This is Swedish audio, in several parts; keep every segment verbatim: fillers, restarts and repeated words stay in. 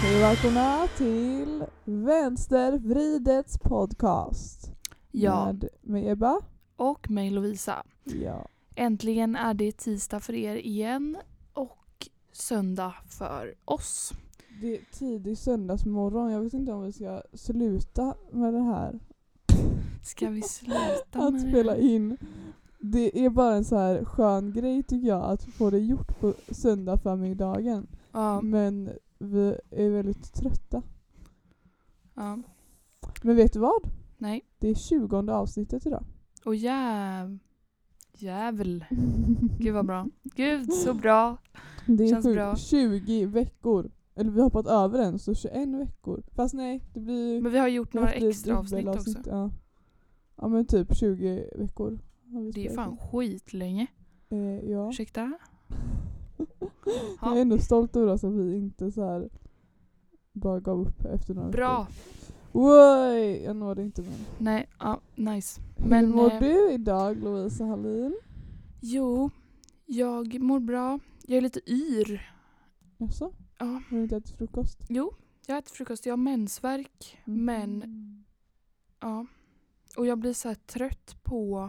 Hej och välkomna till Vänstervridets podcast. Ja. Med mig Ebba. Och mig Lovisa. Ja. Äntligen är det tisdag för er igen och söndag för oss. Det är tidig söndagsmorgon. Jag vet inte om vi ska sluta med det här. Ska vi sluta att med spela det? in. Det är bara en så här skön grej tycker jag att få det gjort på söndag förmiddagen. Ja. Men vi är väldigt trötta. Ja. Men vet du vad? Nej. Det är tjugonde avsnittet idag. Och jäv... Jävel. Gud vad bra. Gud så bra. Det är Känns sju, bra. tjugo veckor. Eller vi har hoppat över en så tjugoen veckor. Fast nej, det blir... Men vi har gjort några det blir extra avsnitt också. dubbelavsnitt, Ja. ja men typ tjugo veckor. har vi Det är spelat fan in. skitlänge. Eh, ja. Ursäkta? Jag är ändå stolt över oss att vi inte så här bara gav upp efter några Bra. veckor. Oj, jag nådde inte med. Nej, ja, nice. Hur Men, mår eh, du idag, Lovisa Hallin? Jo, jag mår bra. Jag är lite yr. Jaså? Ja. Har du inte ätit frukost? Jo, jag äter frukost. Jag har mensvärk. Mm. Men, ja. Och jag blir så här trött på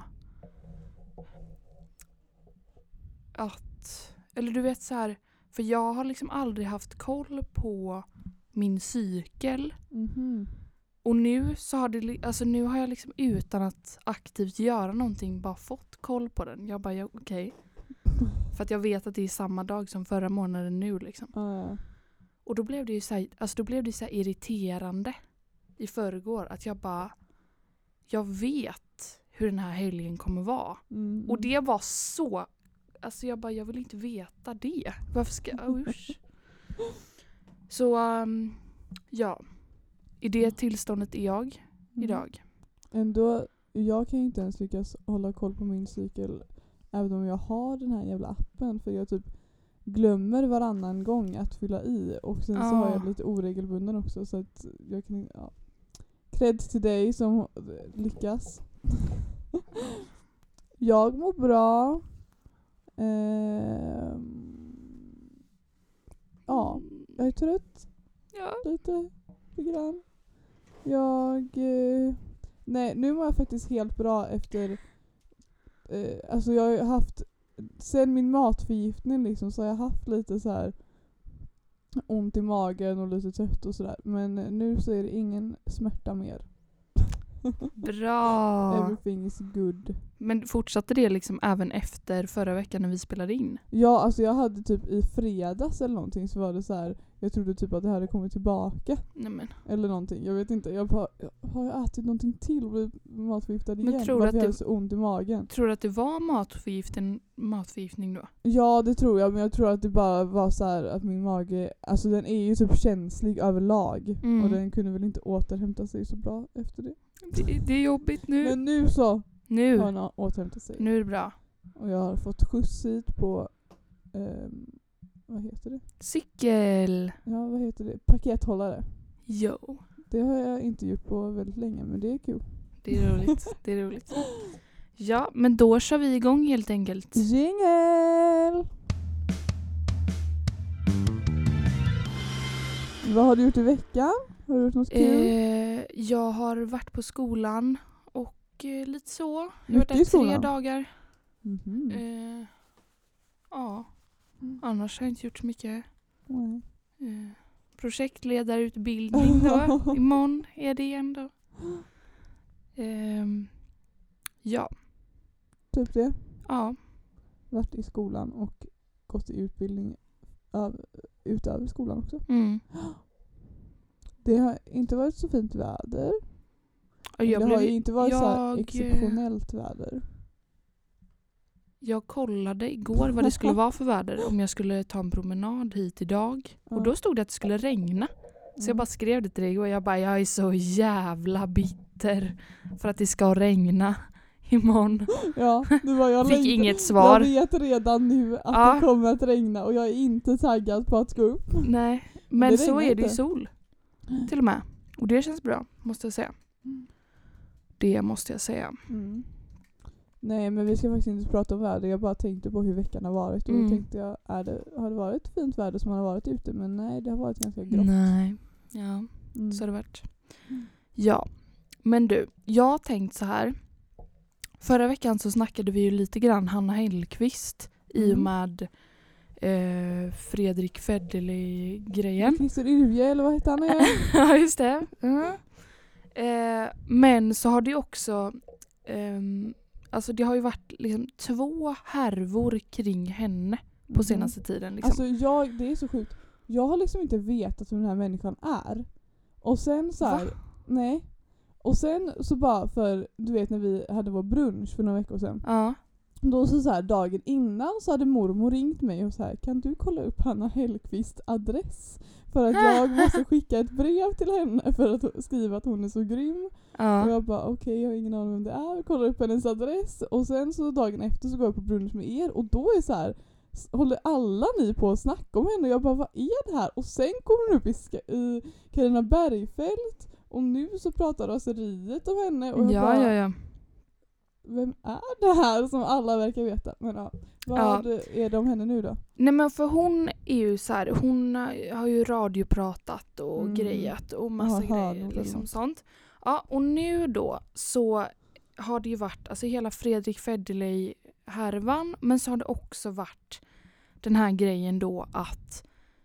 att... Eller du vet så här... För jag har liksom aldrig haft koll på min cykel. Mhm. Och nu så har det... li- Alltså nu har jag liksom utan att aktivt göra någonting bara fått koll på den. Jag bara, ja, okej. För att jag vet att det är samma dag som förra månaden nu liksom. Ah, ja. Och då blev det ju så här, alltså då blev det så här irriterande i förrgår att jag bara, jag vet hur den här helgen kommer vara. Mm. Och det var så, alltså jag bara, jag vill inte veta det. Varför ska jag, usch. Så, um, ja. I det tillståndet är jag Mm. idag. Ändå, jag kan ju inte ens lyckas hålla koll på min cykel även om jag har den här jävla appen, för jag typ glömmer varannan gång att fylla i och sen så Ah. har jag lite oregelbunden också så att jag kan, ja. Cred till dig som lyckas. Jag mår bra. Ehm, ja, jag är trött. Ja. Lite, lite grann. Jag... Eh, nej, nu mår jag faktiskt helt bra efter... Eh, alltså jag har haft... Sen min matförgiftning liksom så har jag haft lite så här ont i magen och lite trött och sådär. Men nu så är det ingen smärta mer. Bra. Everything is good. Men fortsatte det liksom även efter förra veckan när vi spelade in? Ja, alltså jag hade typ i fredags eller någonting så var det så här. Jag trodde typ att det hade kommit tillbaka. Nej men. Eller någonting. Jag vet inte. Jag bara, har jag ätit någonting till och blivit matförgiftad Men igen? tror du Varför att jag det- hade så ont i magen? Tror du att det var matförgiftning, matförgiftning då? Ja, det tror jag. Men jag tror att det bara var så här att min mage... Alltså den är ju typ känslig överlag. Mm. Och den kunde väl inte återhämta sig så bra efter det. Det, det är jobbigt nu. Men nu så nu. har den återhämtat sig. Nu är det bra. Och jag har fått skjuts hit på... ehm, vad heter det? Cykel. Ja, vad heter det? Pakethållare. Jo. Det har jag inte gjort på väldigt länge, men det är kul. Det är roligt. Det är roligt. Ja, men då kör vi igång helt enkelt. Jingle! Vad har du gjort i veckan? Har du gjort något kul? Eh, jag har varit på skolan och eh, lite så. Jag har varit Mycket där i tre skolan? dagar. Mhm. Eh, ja, Mm. annars har jag inte gjort så mycket. Nej. Eh, projektledarutbildning då. Imorgon är det igen då. Ehm, ja, Typ det. ja. Varit i skolan och gått i utbildning av, utöver skolan också. Mm. Det har inte varit så fint väder. Och jag, det blev, har ju inte varit så här jag, exceptionellt väder. jag kollade igår vad det skulle vara för väder om jag skulle ta en promenad hit idag. Ja. Och då stod det att det skulle regna. Så jag Mm. bara skrev det till dig och jag bara, jag är så jävla bitter för att det ska regna imorgon. Ja, det var jag Fick längtar- inget svar. Jag vet redan nu att Ja. det kommer att regna och jag är inte taggad på att gå upp. Nej, men det så regnar är det ju inte. sol. Till och med. Och det känns bra, måste jag säga. Det måste jag säga. Mm. Nej, men vi ska faktiskt inte prata om väder. Jag bara tänkte på hur veckan har varit. Och Mm. då tänkte jag, är det, har det varit fint väder som har varit ute? Men nej, det har varit ganska grått. Nej, ja, Mm. så har det varit. Mm. Ja, men du, jag har tänkt så här. Förra veckan så snackade vi ju lite grann Hanna Hellquist i och Mm. med eh, Fredrik Federley-grejen. Christer Yrvje, eller vad heter han igen? Ja, just det. Mm. Eh, men så har det ju också ehm, alltså det har ju varit liksom två härvor kring henne på Mhm. senaste tiden. Liksom. Alltså jag, det är så sjukt. Jag har liksom inte vetat vem den här människan är. Och sen så här, Va? nej. Och sen så bara för, du vet när vi hade vår brunch för några veckor sedan. Ja. Då så, så här, dagen innan så hade mormor ringt mig och så här, kan du kolla upp Hanna Hellquist adress? För att jag måste skicka ett brev till henne för att skriva att hon är så grym. Och Ja. jag bara okej, okay, jag har ingen aning om det är. Kollar upp hennes adress. Och sen så dagen efter så går jag på brunch med er. Och då är så här, s- håller alla ni på att snacka om henne? Och jag bara, vad är det här? Och sen kommer hon upp i, ska- i Carina Bergfeldt. Och nu så pratar raseriet om henne. Och jag Ja, bara, ja, ja. vem är det här som alla verkar veta? Men ja, vad Ja. är det om henne nu då? Nej, men för hon är ju så här, hon har ju radiopratat och Mm. grejat och massa Jaha, grejer nog liksom eller? sånt. Ja, och nu då så har det ju varit alltså hela Fredrik Federley härvan, men så har det också varit den här grejen då att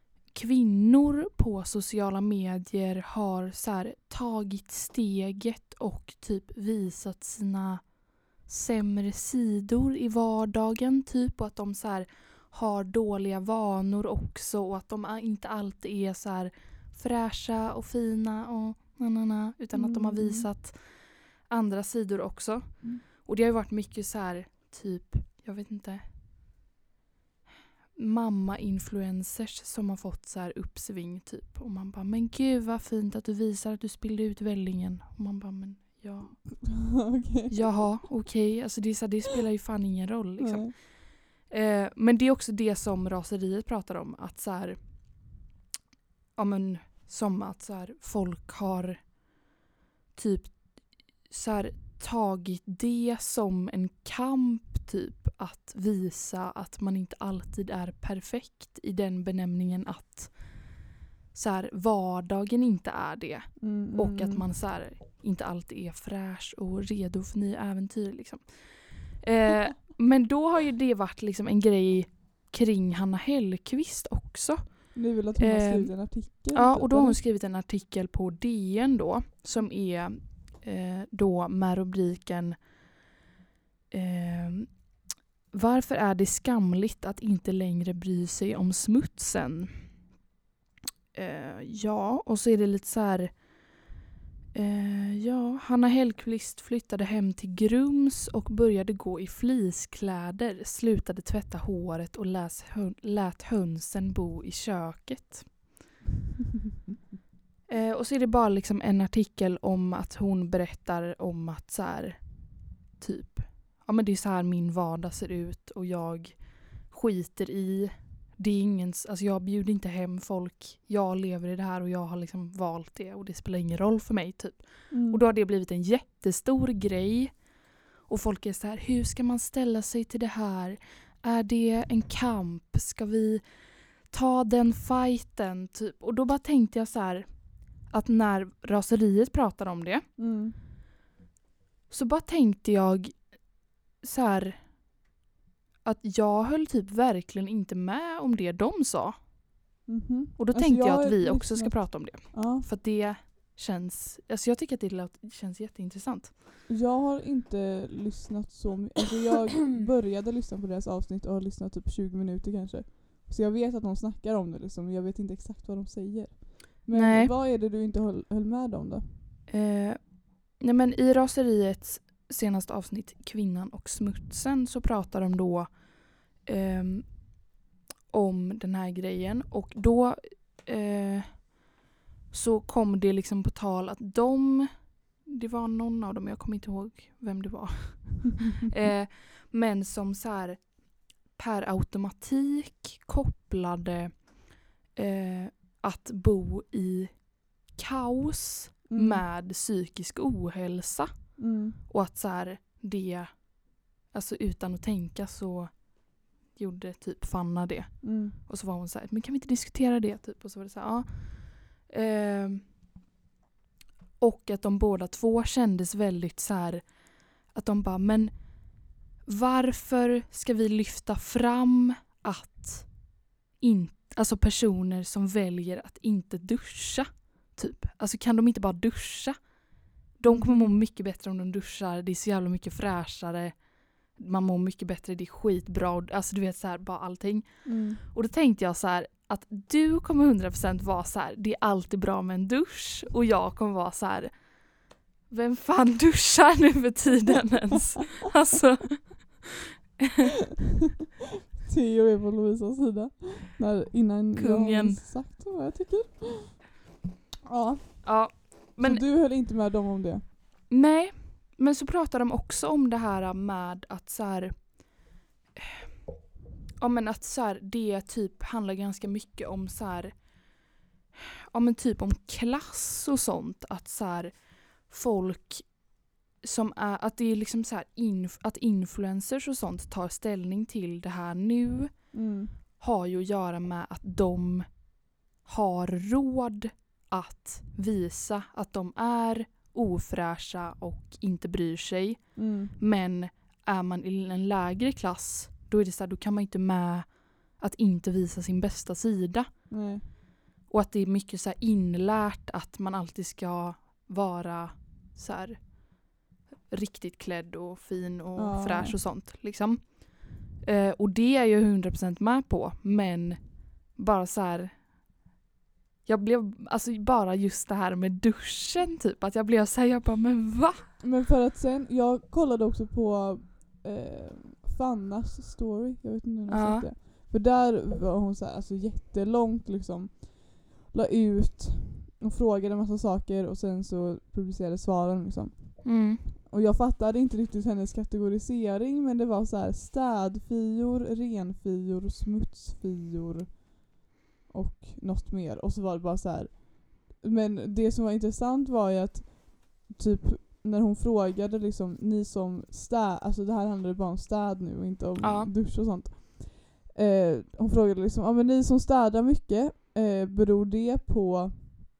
kvinnor på sociala medier har så här tagit steget och typ visat sina sämre sidor i vardagen typ, och att de så här har dåliga vanor också och att de inte alltid är så här fräscha och fina och na, na, na, utan att de har Mm. visat andra sidor också. Mm. Och det har ju varit mycket så här typ, jag vet inte, mamma-influencers som har fått så här uppsving typ. Och man bara, men gud vad fint att du visar att du spillde ut vällingen. Och man bara, men ja. Okej. Jaha, okej. Okay. Alltså det, är så här, det spelar ju fan ingen roll liksom. Nej. Eh, men det är också det som raseriet pratar om. Att så här, ja men som att så här, folk har typ så här, tagit det som en kamp typ. Att visa att man inte alltid är perfekt i den benämningen att så här, vardagen inte är det. Mm, Och mm, att man så här, inte alltid är fräsch och redo för nya äventyr. Liksom. Eh, men då har ju det varit liksom en grej kring Hanna Hellquist också. Det är väl att hon har Eh, skrivit en artikel. Ja, typ, och då har hon eller? skrivit en artikel på D N då. Som är eh, då med rubriken eh, Varför är det skamligt att inte längre bry sig om smutsen? Eh, ja, och så är det lite så här. Eh, ja, Hanna Hellquist flyttade hem till Grums och började gå i fleecekläder, slutade tvätta håret och läs hö- lät hönsen bo i köket. Eh, och så är det bara liksom en artikel om att hon berättar om att så här, typ, ja men det är så här min vardag ser ut och jag skiter i. Det är ingens, alltså jag bjuder inte hem folk. Jag lever i det här och jag har liksom valt det och det spelar ingen roll för mig typ. Mm. Och då har det blivit en jättestor grej. Och folk är så här, hur ska man ställa sig till det här? Är det en kamp? Ska vi ta den fighten typ? Och då bara tänkte jag så här, att när raseriet pratade om det Mm. så bara tänkte jag så här, att jag höll typ verkligen inte med om det de sa. Mhm. Och då Alltså, tänkte jag har att vi också ska lyssnat- prata om det. Ja, För att det känns, alltså jag tycker att det låter, känns jätteintressant. jag har inte lyssnat så mycket. Alltså jag började lyssna på deras avsnitt och har lyssnat typ tjugo minuter kanske. Så jag vet att de snackar om det liksom, men jag vet inte exakt vad de säger. Men Nej. vad är det du inte höll, höll med om då? Eh, nej men i raseriets senaste avsnitt, Kvinnan och smutsen, så pratar de då ehm, om den här grejen. Och då eh, så kom det liksom på tal att de, det var någon av dem, jag kommer inte ihåg vem det var. eh, men som så här per automatik kopplade eh, att bo i kaos Mm. med psykisk ohälsa. Mm. Och att så här, det alltså utan att tänka så gjorde typ Fanna det. Mm. Och så var hon så här, men kan vi inte diskutera det? Typ. Och så var det så här, ja. Ehm, och att de båda två kändes väldigt så här, att de bara, men varför ska vi lyfta fram att in, alltså personer som väljer att inte duscha? Typ. Alltså kan de inte bara duscha? De kommer må mycket bättre om de duschar. Det är så jävla mycket fräschare. Man mår mycket bättre. Det är skitbra. Alltså du vet så här, bara allting. Mm. Och då tänkte jag så här, att du kommer hundra procent vara så här, det är alltid bra med en dusch. Och jag kommer vara så här, vem fan duschar nu för tiden ens? Alltså. Theo är på Lovisas sida. När, innan Kungen. jag har sagt vad jag tycker. Ja. Ja, men Så du höll inte med dem om det? nej, men så pratar de också om det här med att så här, ja men att så här, det typ handlar ganska mycket om så här, ja men typ om klass och sånt, att så här folk som är, att det är liksom så här inf- att influencers och sånt tar ställning till det här nu Mm. har ju att göra med att de har råd att visa att de är ofräscha och inte bryr sig. Mm. Men är man i en lägre klass, då är det så här, då kan man inte med att inte visa sin bästa sida. Nej. Och att det är mycket så här inlärt att man alltid ska vara så här riktigt klädd och fin och Ja. fräsch och sånt. Liksom. Eh, och det är jag hundra procent med på. Men bara så här, jag blev, alltså bara just det här med duschen typ, att jag blev så här, jag bara, men va? Men för att sen, jag kollade också på eh, Fannas story, jag vet inte om du har Ja. sett det. För där var hon så här, alltså jättelångt liksom, la ut och frågade en massa saker och sen så publicerade svaren liksom. Mm. Och jag fattade inte riktigt hennes kategorisering, men det var så här städfior, renfior, smutsfior och något mer. Och så var det bara så här. Men det som var intressant var ju att typ när hon frågade liksom, ni som städ, alltså det här handlar bara om städ nu och inte om Ja. dusch och sånt. Eh, hon frågade liksom, ja men ni som städar mycket, eh, beror det på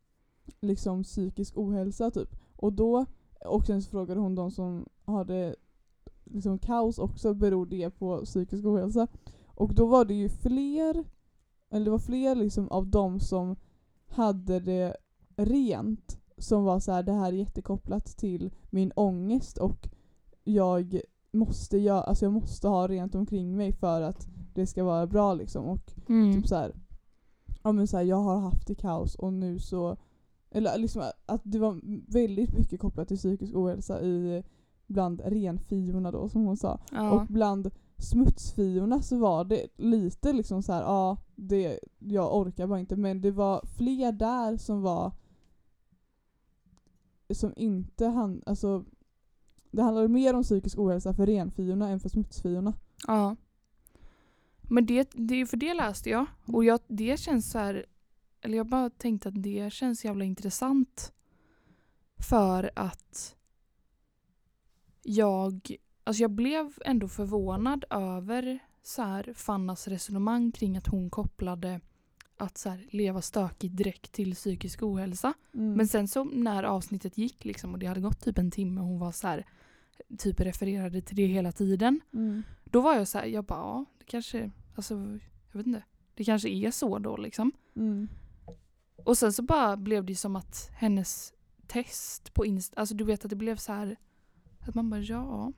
liksom psykisk ohälsa typ? Och då, och sen så frågade hon de som hade liksom kaos också, beror det på psykisk ohälsa? Och då var det ju fler, eller det var fler liksom av de som hade det rent, som var så här, det här är jättekopplat till min ångest och jag måste, jag, alltså jag måste ha rent omkring mig för att det ska vara bra liksom. Och Mm. typ så här, ja men så här, jag har haft det kaos och nu så, eller liksom att det var väldigt mycket kopplat till psykisk ohälsa i bland renfiorna då, som hon sa. Ja. Och bland smutsfiorna så var det lite liksom så här, ja, det, jag orkar bara inte, men det var fler där som var som inte han, alltså det handlade mer om psykisk ohälsa för renfiorna än för smutsfiorna. Ja. Men det, det för det läste jag. Och jag, det känns så här, eller jag bara tänkte att det känns jävla intressant. För att jag, alltså jag blev ändå förvånad över så här Fannas resonemang kring att hon kopplade att så här, leva stökigt direkt till psykisk ohälsa. Mm. Men sen så när avsnittet gick liksom, och det hade gått typ en timme och hon var så här, typ refererade till det hela tiden. Mm. Då var jag så här, jag bara, ja, det kanske, alltså, jag vet inte, det kanske är så då liksom. Mm. Och sen så bara blev det som att hennes test på Insta, alltså du vet att det blev så här, att man bara, ja,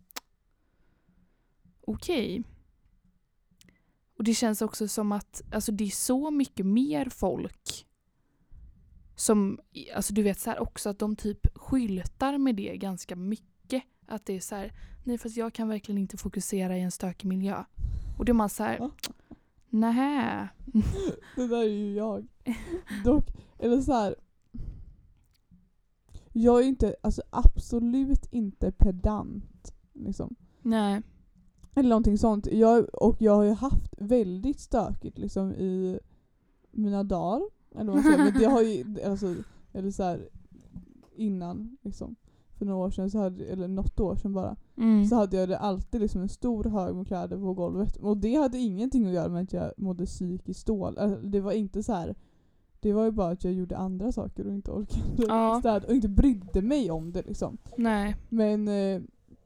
okej. Och det känns också som att, alltså det är så mycket mer folk som, alltså du vet så här också att de typ skyltar med det ganska mycket. Att det är så här, nej fast jag kan verkligen inte fokusera i en stökig miljö. Och det är man så här, nähä. Det där är ju jag. Dock, eller så här, jag är inte, alltså absolut inte pedant liksom. Nej. Eller någonting sånt. Jag, och jag har ju haft väldigt stökigt liksom i mina dagar. Eller vad man säger. Men det har ju, alltså, eller så här, innan liksom. för några år sedan, så hade, eller något år sedan bara, Mm. så hade jag det alltid liksom en stor hög med kläder på golvet. Och det hade ingenting att göra med att jag mådde psykiskt dåligt. Alltså, det var inte så här. Det var ju bara att jag gjorde andra saker och inte orkade Ja. städa och inte brydde mig om det liksom. Nej. Men eh,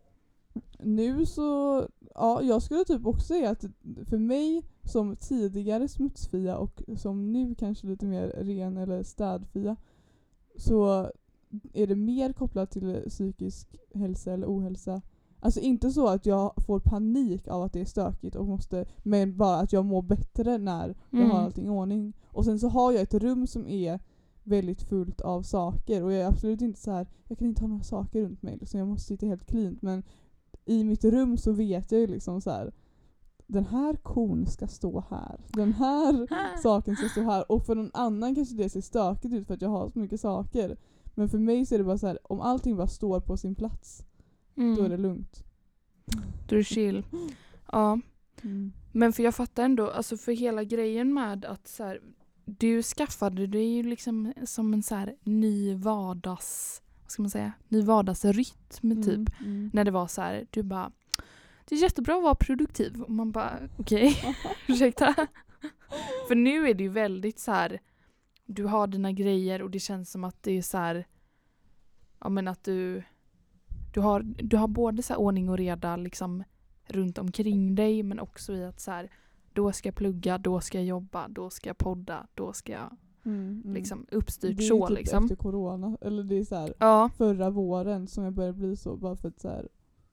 nu så, ja, jag skulle typ också säga att för mig som tidigare smutsfia och som nu kanske lite mer ren eller städfia, så är det mer kopplat till psykisk hälsa eller ohälsa. Alltså inte så att jag får panik av att det är stökigt och måste, men bara att jag mår bättre när jag Mm. har allting i ordning. Och sen så har jag ett rum som är väldigt fullt av saker, och jag är absolut inte så här, jag kan inte ha några saker runt mig liksom, jag måste sitta helt cleant, men i mitt rum så vet jag ju liksom så här, den här kon ska stå här, den här saken ska stå här, och för någon annan kanske det ser stökigt ut för att jag har så mycket saker, men för mig så är det bara så här, om allting bara står på sin plats, Mm. då är det lugnt. Då är det chill. Ja. Mm. Men för jag fattar ändå, alltså för hela grejen med att så här, du skaffade det ju liksom som en så här ny vardags, vad ska man säga, ny vardagsrytm typ. Mm. Mm. När det var så här, du bara, det är jättebra att vara produktiv. Och man bara, okej, okay. ursäkta. För nu är det ju väldigt så här, du har dina grejer och det känns som att det är så här, ja men att du, du har, du har både så här ordning och reda liksom runt omkring dig, men också i att så här, då ska jag plugga, då ska jag jobba, då ska jag podda, då ska jag Mm. Mm. liksom uppstyrt det är så typ liksom. efter corona, eller det är så här, Ja. förra våren som jag började bli så, bara för att så här,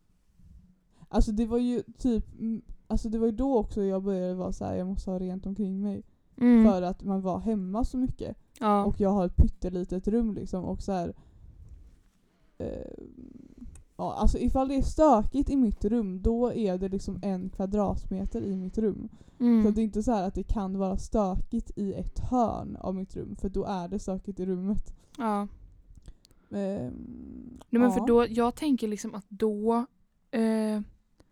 alltså det var ju typ, mm, alltså det var ju då också jag började vara så här, jag måste ha rent omkring mig. Mm. För att man var hemma så mycket. Ja. Och jag har ett pyttelitet rum liksom. Och så här, eh, ja, alltså ifall det är stökigt i mitt rum, då är det liksom en kvadratmeter i mitt rum. Mm. Så det är inte så här att det kan vara stökigt i ett hörn av mitt rum. För då är det stökigt i rummet. Ja. Eh, Nej, men ja. för då, jag tänker liksom att då eh,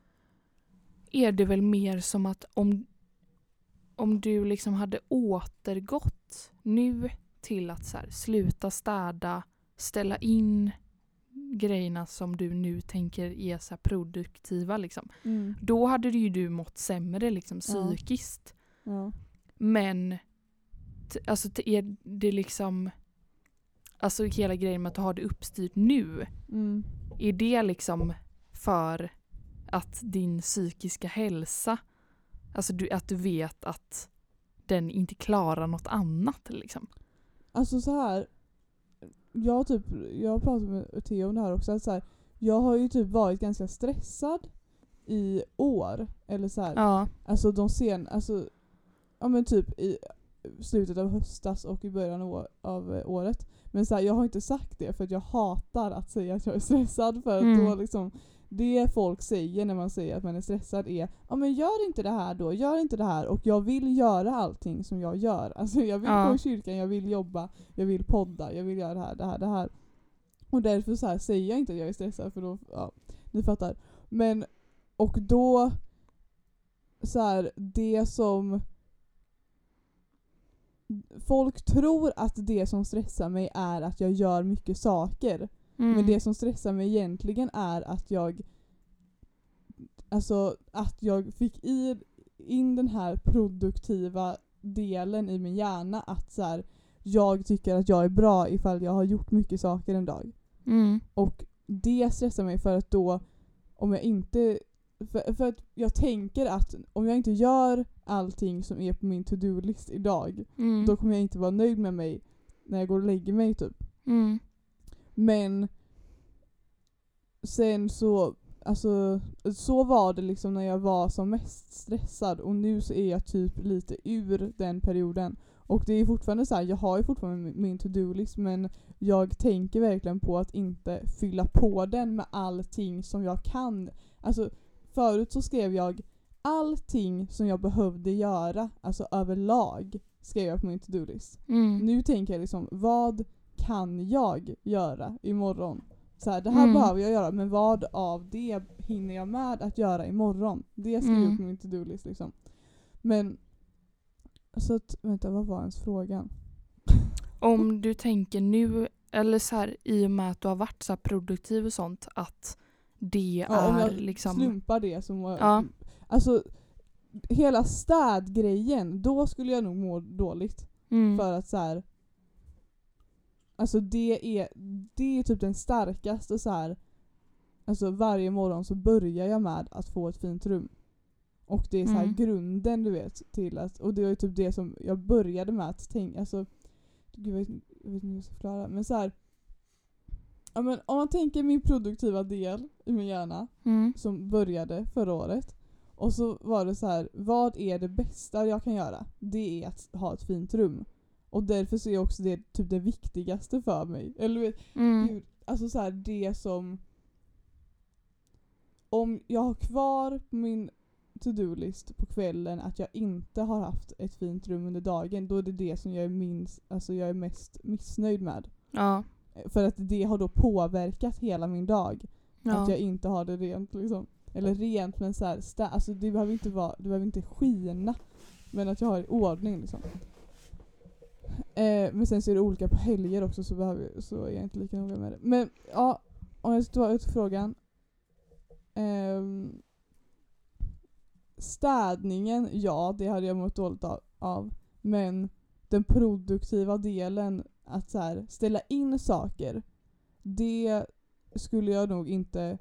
är det väl mer som att om, om du liksom hade återgått nu till att så här, sluta städa, ställa in grejerna som du nu tänker är så här produktiva liksom. Mm. Då hade ju du mått sämre liksom psykiskt. Ja. Men t- alltså t- är det liksom, alltså hela grejen med att ha det uppstyrt nu, Mm. är det liksom för att din psykiska hälsa, alltså du, att du vet att den inte klarar något annat liksom? Alltså så här, jag typ jag har pratat med Theo om det här också, att så här, jag har ju typ varit ganska stressad i år, eller så här, Ja. alltså de sen alltså ja men typ i slutet av höstas och i början av, av året, men så här, jag har inte sagt det för att jag hatar att säga att jag är stressad, för att Mm. då liksom det folk säger när man säger att man är stressad är, ja men gör inte det här då, gör inte det här, och jag vill göra allting som jag gör. Alltså jag vill Ja. gå i kyrkan, jag vill jobba, jag vill podda, jag vill göra det här, det här, det här. Och därför så här säger jag inte att jag är stressad, för då, ja, ni fattar. Men, och då så här, det som folk tror att det som stressar mig är att jag gör mycket saker. Mm. Men det som stressar mig egentligen är att jag alltså att jag fick i, in den här produktiva delen i min hjärna, att så här, jag tycker att jag är bra ifall jag har gjort mycket saker en dag. Mm. Och det stressar mig, för att då om jag inte för, för att jag tänker att om jag inte gör allting som är på min to-do-list idag, Mm. då kommer jag inte vara nöjd med mig när jag går och lägger mig typ. Mm. Men sen så alltså så var det liksom när jag var som mest stressad, och nu så är jag typ lite ur den perioden. Och det är fortfarande så här, jag har ju fortfarande min- min to-do-list, men jag tänker verkligen på att inte fylla på den med allting som jag kan. Alltså förut så skrev jag allting som jag behövde göra, alltså överlag skrev jag på min to-do-list. Mm. Nu tänker jag liksom, vad kan jag göra imorgon? Så här, det här Mm. behöver jag göra, men vad av det hinner jag med att göra imorgon? Det skriver jag Mm. på min to-do-list liksom. Men så att, vänta, vad var ens frågan? Om du tänker nu eller så här, i och med att du har varit så här produktiv och sånt, att det Ja, om är jag liksom... slumpar det som var... Ja. Alltså, hela städgrejen, då skulle jag nog må dåligt. Mm. För att så här, alltså det är, det är typ den starkaste så här. Alltså varje morgon så börjar jag med att få ett fint rum. Och det är så här Mm. grunden, du vet, till att, och det var ju typ det som jag började med att tänka, alltså gud, jag vet, jag vet inte hur jag ska förklara, men så här, ja, men om man tänker min produktiva del i min hjärna Mm. som började förra året, och så var det så här, vad är det bästa jag kan göra? Det är att ha ett fint rum. Och därför så är också det typ det viktigaste för mig. Eller vet, Mm. gud, alltså så här, det som, om jag har kvar på min to-do-list på kvällen att jag inte har haft ett fint rum under dagen, då är det det som jag är minst, alltså jag är mest missnöjd med. Ja. För att det har då påverkat hela min dag. Ja. Att jag inte har det rent liksom. Eller rent, men så här, stä- alltså det behöver inte vara, det behöver inte skina, men att jag har i ordning liksom. Eh, men sen så är det olika på helger också, så, behöver, så är jag inte lika noga med det. Men ja, om jag ska ta ut frågan. Ehm, städningen, ja, det hade jag mått dåligt av, av. Men den produktiva delen, att så här, ställa in saker, det skulle jag nog inte...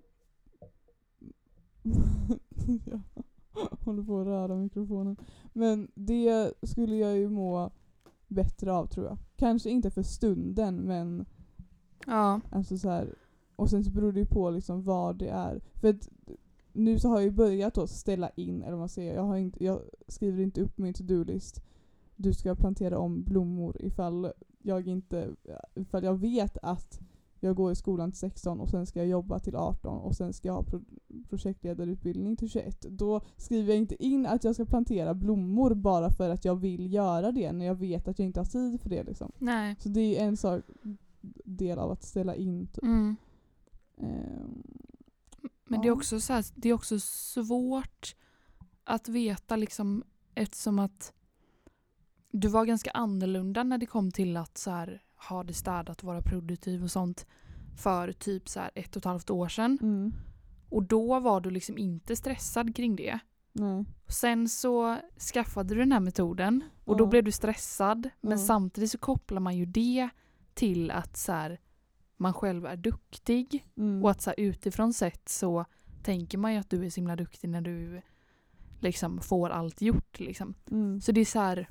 Jag håller på att röra mikrofonen. Men det skulle jag ju må bättre av, tror jag. Kanske inte för stunden, men Ja. alltså så här, och sen så beror det ju på liksom vad det är. För att nu så har jag ju börjat då ställa in, eller vad man säger, jag, har inte, jag skriver inte upp min to-do-list. Du ska plantera om blommor ifall jag inte, ifall jag vet att jag går i skolan till sexton och sen ska jag jobba till arton och sen ska jag ha pro- projektledarutbildning till tjugoett. Då skriver jag inte in att jag ska plantera blommor bara för att jag vill göra det när jag vet att jag inte har tid för det liksom. Nej. Så det är en sak, del av att ställa in typ. Mm. Ehm, Men det är ja. också så här, det är också svårt att veta liksom, eftersom att du var ganska annorlunda när det kom till att så här, ha det städat, vara produktiv och sånt för typ så här ett och ett halvt år sedan. Mm. Och då var du liksom inte stressad kring det. Nej. Sen så skaffade du den här metoden och då Ja. blev du stressad. Men Ja. samtidigt så kopplar man ju det till att så här, man själv är duktig. Mm. Och att så här, utifrån sett så tänker man ju att du är så himla duktig när du liksom får allt gjort. Liksom. Mm. Så det är så här...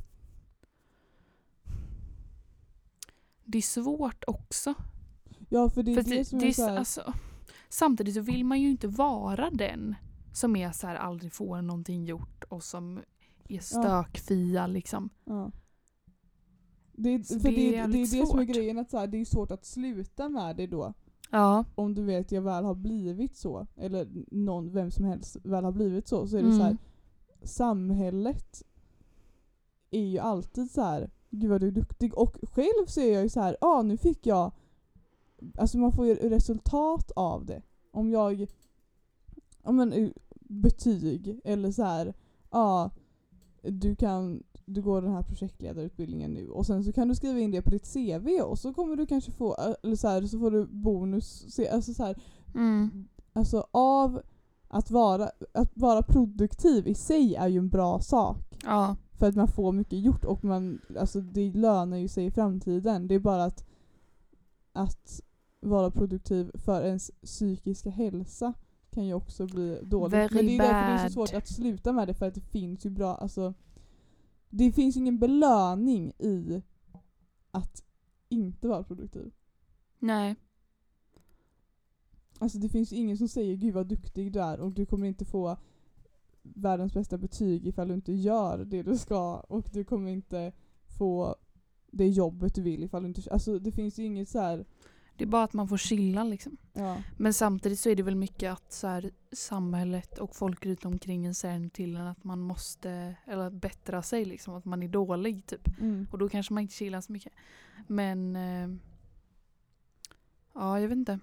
Det är svårt också. Ja, för det är För det, det, som det är är så här, alltså, samtidigt så vill man ju inte vara den som är så här, aldrig får någonting gjort och som är stökfia liksom. ja. Det, Så för det det, är det är lite det som är svårt. grejen, att så här, det är svårt att sluta med det då. Ja. Om du vet att jag väl har blivit så, eller någon, vem som helst väl har blivit så, så är det Mm. så här, samhället är ju alltid så här, gud vad du är duktig. Och själv så är jag ju så här, ja ah, nu fick jag, alltså man får ju resultat av det. Om jag, ja men betyg, eller så här, ja ah, du kan, du går den här projektledarutbildningen nu, och sen så kan du skriva in det på ditt C V, och så kommer du kanske få, eller så här, så får du bonus, alltså så här, Mm. alltså av att vara, att vara produktiv i sig är ju en bra sak. Ja. För att man får mycket gjort, och man, alltså det lönar ju sig i framtiden. Det är bara att att vara produktiv för ens psykiska hälsa kan ju också bli dåligt. Very Men det är därför det är bad. så svårt att sluta med det, för att det finns ju bra, alltså det finns ju ingen belöning i att inte vara produktiv. Nej. Alltså det finns ju ingen som säger gud vad duktig du är, och du kommer inte få världens bästa betyg ifall du inte gör det du ska, och du kommer inte få det jobbet du vill ifall du inte, alltså det finns ju inget så här. Det är bara att man får chilla liksom. Ja. Men samtidigt så är det väl mycket att så här, samhället och folk runt omkring en säger till en att man måste, eller bättra sig liksom, att man är dålig typ. Mm. Och då kanske man inte chillar så mycket. Men eh, ja, jag vet inte.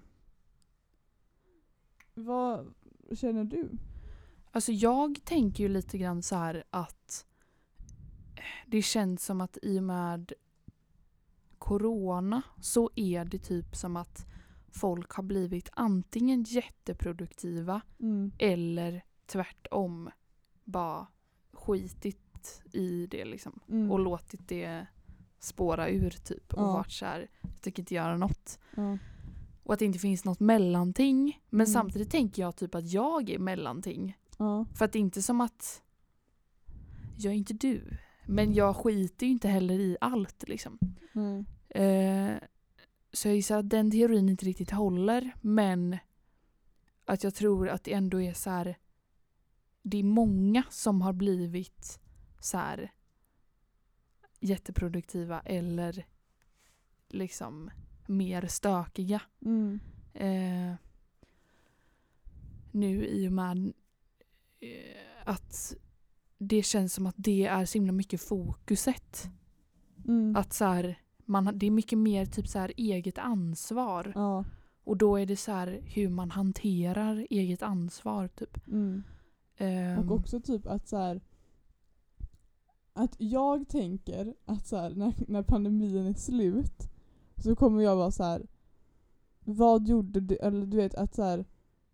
Vad känner du? Alltså jag tänker ju lite grann så här att det känns som att i och med corona så är det typ som att folk har blivit antingen jätteproduktiva Mm. eller tvärtom bara skitit i det liksom. Mm. Och låtit det spåra ur typ. Och Ja. varit så här, jag tänker inte göra något. Ja. Och att det inte finns något mellanting. Men Mm. samtidigt tänker jag typ att jag är mellanting. Ja. För att det är inte som att jag är inte du. Men jag skiter ju inte heller i allt liksom. Nej. Eh, så jag gissar att den teorin inte riktigt håller. Men att jag tror att det ändå är så här. Det är många som har blivit så här jätteproduktiva eller liksom mer stökiga. Mm. Eh, nu i och med eh, att det känns som att det är så himla mycket fokuset. Mm. Att så här, man, det är mycket mer typ så här eget ansvar. Ja. Och då är det så här hur man hanterar eget ansvar typ. Mm. Ehm, Och också typ att så här, att jag tänker att så här, när, när pandemin är slut så kommer jag vara så här, vad gjorde du, eller du vet att så här,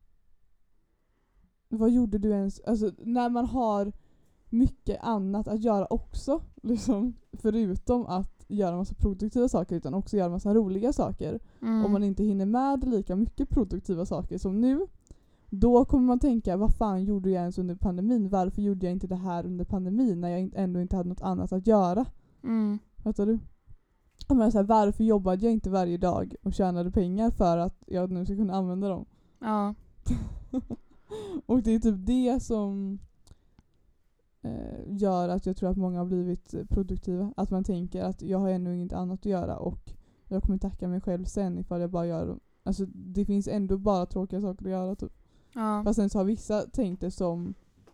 vad gjorde du ens, alltså när man har mycket annat att göra också liksom, förutom att göra massa produktiva saker utan också göra massa roliga saker. mm, Om man inte hinner med lika mycket produktiva saker som nu, då kommer man tänka, vad fan gjorde jag ens under pandemin? Varför gjorde jag inte det här under pandemin när jag ändå inte hade något annat att göra? mm, Fattar du? Jag menar så här, varför jobbade jag inte varje dag och tjänade pengar för att jag nu ska kunna använda dem? ja. Och det är typ det som eh, gör att jag tror att många har blivit produktiva. Att man tänker att jag har ännu inget annat att göra och jag kommer tacka mig själv sen ifall jag bara gör dem. Alltså det finns ändå bara tråkiga saker att göra typ. Ja. Fast sen så har vissa tänkt det som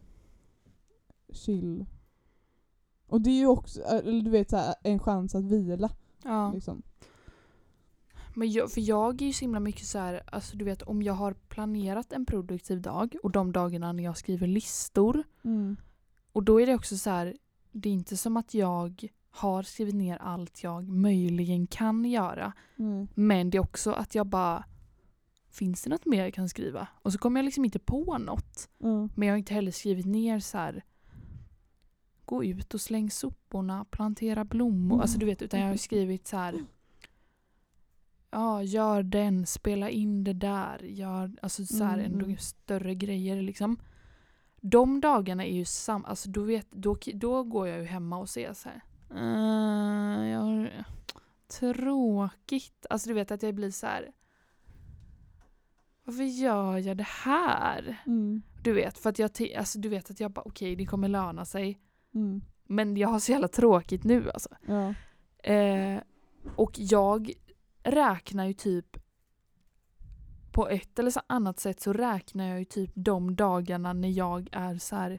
chill. Och det är ju också, eller du vet så här, en chans att vila. Ja. Liksom. Men jag, för jag är ju så himla mycket så här, alltså du vet om jag har planerat en produktiv dag och de dagarna när jag skriver listor Mm. och då är det också så här, det är inte som att jag har skrivit ner allt jag möjligen kan göra. Mm. Men det är också att jag bara, finns det något mer jag kan skriva? Och så kommer jag liksom inte på något. Mm. Men jag har inte heller skrivit ner så här, gå ut och släng soporna, plantera blommor. Mm. Alltså du vet, utan jag har skrivit så här, ja, gör den, spela in det där, gör alltså så här Mm, ändå mm. större grejer liksom. De dagarna är ju samma, alltså du vet, då, då går jag ju hemma och ser så här. Uh, jag har, tråkigt. Alltså du vet att jag blir så här. Varför gör jag det här? Mm. Du vet, för att jag, te- alltså du vet att jag bara okej, okay, det kommer löna sig. Mm. Men jag har så jävla tråkigt nu alltså. Ja. Eh, och jag räknar ju typ på ett eller så annat sätt så räknar jag ju typ de dagarna när jag är så här,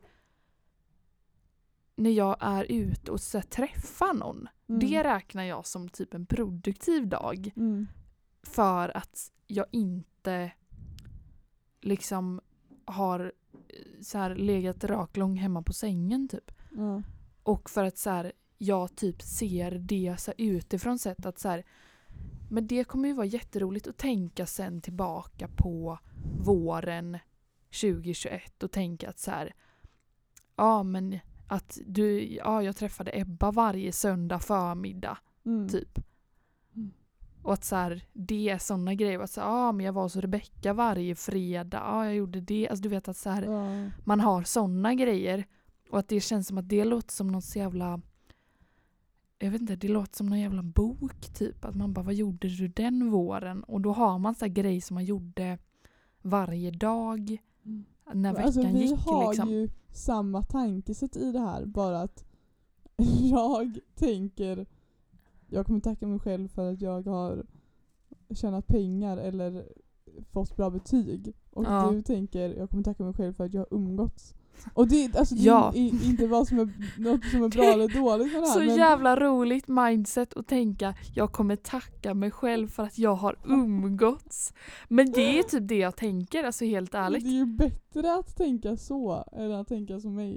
när jag är ute och så här, träffar någon. Mm. Det räknar jag som typ en produktiv dag. Mm. För att jag inte liksom har så här legat raklång hemma på sängen typ. Ja. Och för att så här, jag typ ser det så här utifrån sett att så här, men det kommer ju vara jätteroligt att tänka sen tillbaka på våren tjugohundratjugoett och tänka att så här, ja men att du, ja jag träffade Ebba varje söndag förmiddag Mm. typ. Mm. Och att så här, det är sådana grejer att så här, ja men jag var hos Rebecca varje fredag, ja jag gjorde det, alltså du vet att så här, Ja. man har sådana grejer och att det känns som att det låter som något så jävla, jag vet inte, det låter som någon jävla bok typ, att man bara, vad gjorde du den våren? Och då har man så här grejer som man gjorde varje dag Mm. när veckan Alltså vi gick har liksom. ju samma tankesätt i det här, bara att jag tänker jag kommer tacka mig själv för att jag har tjänat pengar eller fått bra betyg. Och Ja. du tänker jag kommer tacka mig själv för att jag har umgåtts. Och det, alltså, det Ja. är i- inte vad som är, något som är bra eller dåligt med det här. Så men, jävla roligt mindset att tänka, jag kommer tacka mig själv för att jag har umgåtts. Men det är typ det jag tänker, alltså helt det ärligt. är ju bättre att tänka så än att tänka som mig.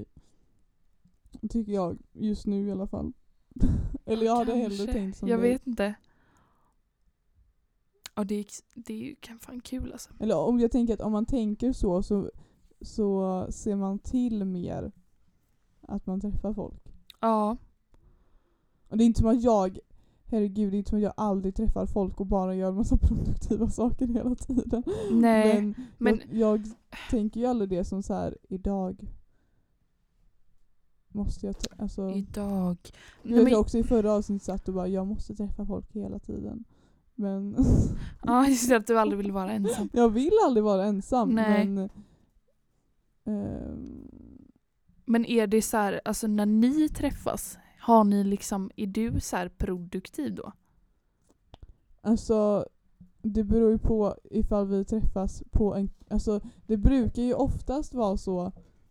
Tycker jag, just nu i alla fall. Eller jag hade hellre Kanske. tänkt som Jag dig. vet inte. Ja, det är, det är ju kan fan kul alltså. Eller om jag tänker att om man tänker så så, så ser man till mer att man träffar folk. Ja. Och det är inte som att jag, herregud, det är inte som att jag aldrig träffar folk och bara gör massa produktiva saker hela tiden. Nej, Men, men- jag, jag tänker ju aldrig det som så här idag måste jag, t- alltså, Idag. jag Nej, vet men, jag också i förra avsnittet satt och bara, jag måste träffa folk hela tiden. Men ja, just det, att du aldrig vill vara ensam. jag vill aldrig vara ensam. Nej. Men ehm, Men är det så här, alltså när ni träffas, har ni liksom, är du så här produktiv då? alltså det beror ju på ifall vi träffas på en, alltså det brukar ju oftast vara så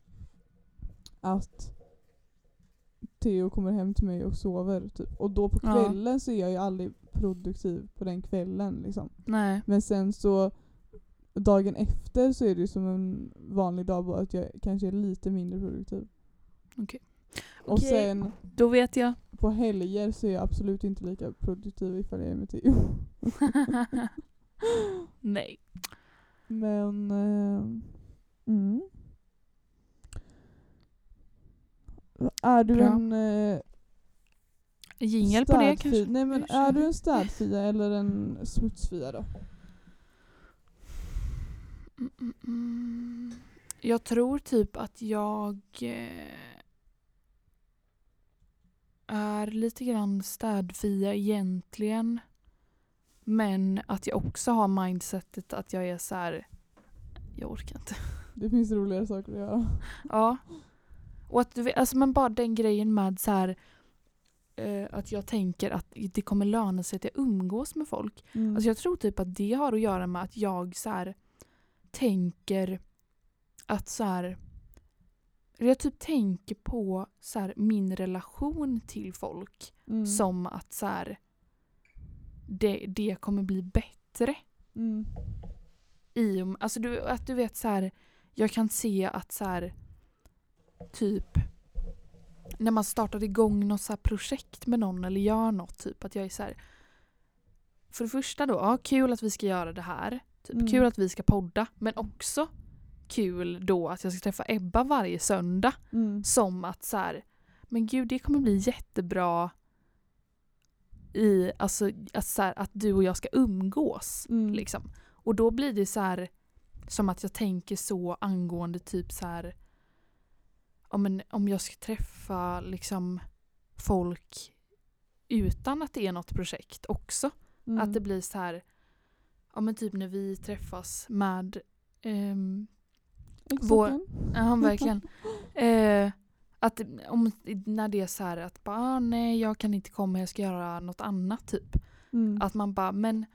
att Theo kommer hem till mig och sover typ. Och då på Ja. kvällen så är jag ju aldrig produktiv på den kvällen liksom. Nej. Men sen så dagen efter så är det ju som en vanlig dag, bara att jag kanske är lite mindre produktiv. Okej. Och Okej. sen Då vet jag. på helger så är jag absolut inte lika produktiv ifall jag är med Theo. Nej. Men eh, mm. Är du Bra. en eh, Jingel på det städfi- kanske? Nej men Kanske. är du en städfia eller en smutsfia då? Mm, mm, mm. Jag tror typ att jag eh, är lite grann städfia egentligen. Men att jag också har mindsetet att jag är så här. Jag orkar inte. Det finns roligare saker att göra. Ja. Och att du vet, alltså men bara den grejen med så här eh, att jag tänker att det kommer löna sig att jag umgås med folk. Mm. Alltså jag tror typ att det har att göra med att jag så här tänker att så här, eller jag typ tänker på så här min relation till folk mm. som att så här det, det kommer bli bättre Mm. i om, alltså du, att du vet så här, jag kan se att så här typ när man startar igång något så här projekt med någon eller gör något typ att jag är så här, för det första då, ja, kul att vi ska göra det här typ, Mm. kul att vi ska podda, men också kul då att jag ska träffa Ebba varje söndag, Mm. som att så här, men gud, det kommer bli jättebra i, alltså att, så här, att du och jag ska umgås Mm. liksom. Och då blir det så här som att jag tänker så angående typ så här, ja, men om jag ska träffa liksom folk utan att det är något projekt också. Mm. Att det blir så här, ja men typ när vi träffas med ehm, vår, ja verkligen eh, att om, när det är så här att bara, ah, nej jag kan inte komma, jag ska göra något annat typ. Mm. Att man bara, men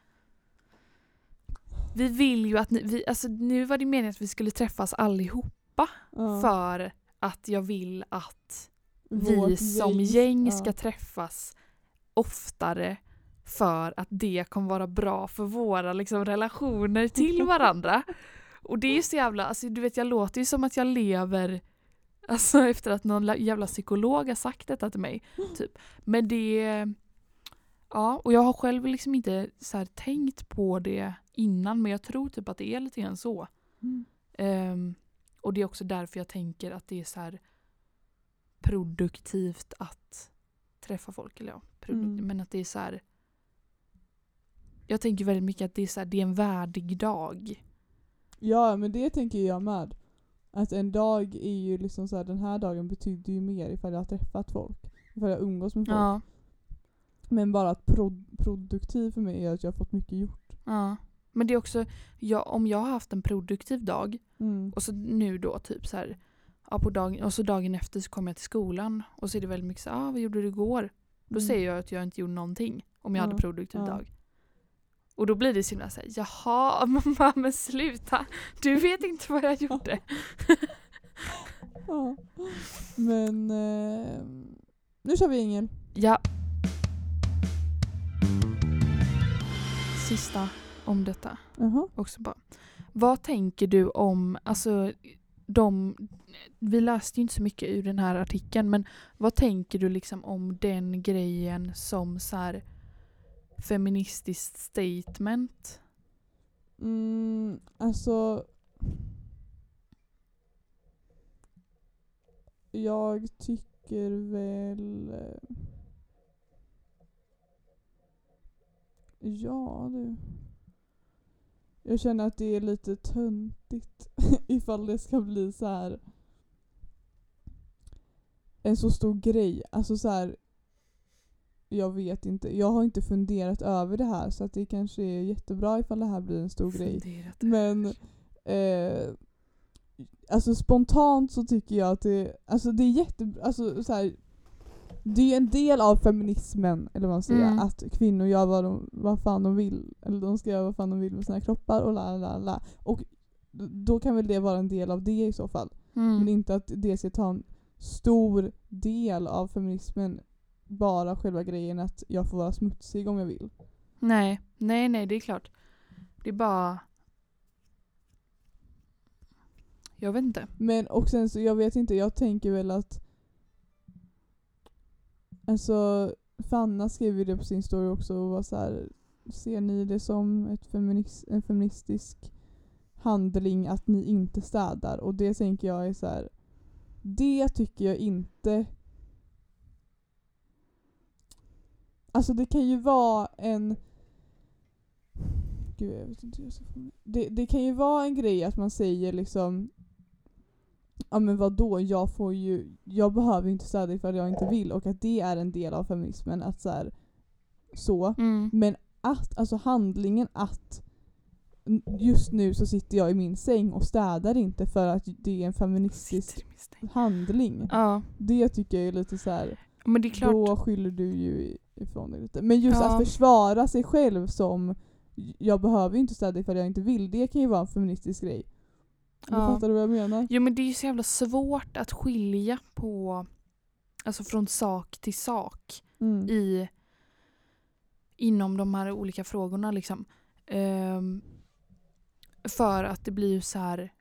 vi vill ju att ni, vi, alltså nu var det meningen att vi skulle träffas allihopa Ja. för att jag vill att vi Vårt som gäng, gäng ja. ska träffas oftare för att det kommer vara bra för våra liksom, relationer till varandra. Och det är ju så jävla, alltså du vet jag låter ju som att jag lever alltså efter att någon jävla psykolog har sagt detta till mig typ. Men det, ja, och jag har själv liksom inte så här tänkt på det innan, men jag tror typ att det är lite grann så. Mm. Um, och det är också därför jag tänker att det är så här produktivt att träffa folk, eller ja, produk- Mm. men att det är så här, jag tänker väldigt mycket att det är så här, det är en värdig dag. Ja, men det tänker jag med. Att en dag är ju liksom så här, den här dagen betyder ju mer ifall jag har träffat folk. Ifall jag umgås med folk. Ja, Men bara att pro- produktiv för mig är att jag har fått mycket gjort. ja. Men det är också, ja, om jag har haft en produktiv dag Mm. och så nu då typ så här, ja, på dagen, och så dagen efter så kommer jag till skolan och så är det väldigt mycket så här, ah, vad gjorde du igår? Då Mm. säger jag att jag inte gjorde någonting om jag Ja, hade produktiv ja. dag. Och då blir det så himla så här, jaha, mamma, men sluta. Du vet inte vad jag gjorde. Ja. Men eh, nu kör vi ingen. Ja. Sista om detta Jaha. också bara. Vad tänker du om, alltså de, vi läste ju inte så mycket ur den här artikeln, men vad tänker du liksom om den grejen som så här feministiskt statement Mm, alltså jag tycker väl eh, ja du. Jag känner att det är lite töntigt ifall det ska bli så här en så stor grej. Alltså så här, jag vet inte. Jag har inte funderat över det här så att det kanske är jättebra ifall det här blir en stor grej. Funderat. Men eh, alltså spontant så tycker jag att det alltså det är jätte alltså så här, det är en del av feminismen eller vad man säger Mm. att kvinnor gör vad de vad fan de vill eller de ska göra vad fan de vill med sina kroppar och la la la och d- då kan väl det vara en del av det i så fall. Mm. Men inte att det ska ta en stor del av feminismen, bara själva grejen att jag får vara smutsig om jag vill. Nej, nej, nej, det är klart. Det är bara... Jag vet inte. Men och sen så, jag vet inte, jag tänker väl att alltså Fanna skrev ju det på sin story också och var så här: ser ni det som ett feminist, en feministisk handling att ni inte städar? Och det tänker jag är så här, det tycker jag inte. Alltså det kan ju vara en Gud, jag vet inte hur jag ska få med. Det, det kan ju vara en grej att man säger liksom ja men vadå, jag får ju jag behöver ju inte städa för att jag inte vill och att det är en del av feminismen att så här, så Mm. men att alltså handlingen att n- just nu så sitter jag i min säng och städar inte för att det är en feministisk Sitter i min stäng. handling. Ja, Det tycker jag är lite så här. men det är klart. Då skyller du ju ifrån dig lite. Men just Ja. att försvara sig själv som jag behöver ju inte städa för att jag inte vill, det kan ju vara en feministisk grej. Du Ja. fattar du vad jag menar? Jo, men det är ju så jävla svårt att skilja på, alltså från sak till sak Mm. i inom de här olika frågorna liksom. Ehm, för att det blir ju så här.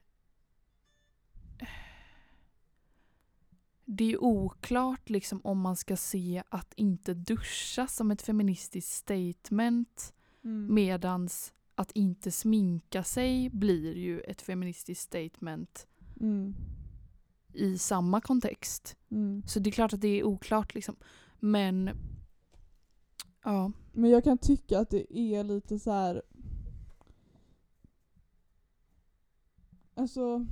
Det är ju oklart liksom om man ska se att inte duscha som ett feministiskt statement Mm. medans att inte sminka sig blir ju ett feministiskt statement Mm. i samma kontext. Mm. Så det är klart att det är oklart liksom. Men ja. Men jag kan tycka att det är lite så här. Alltså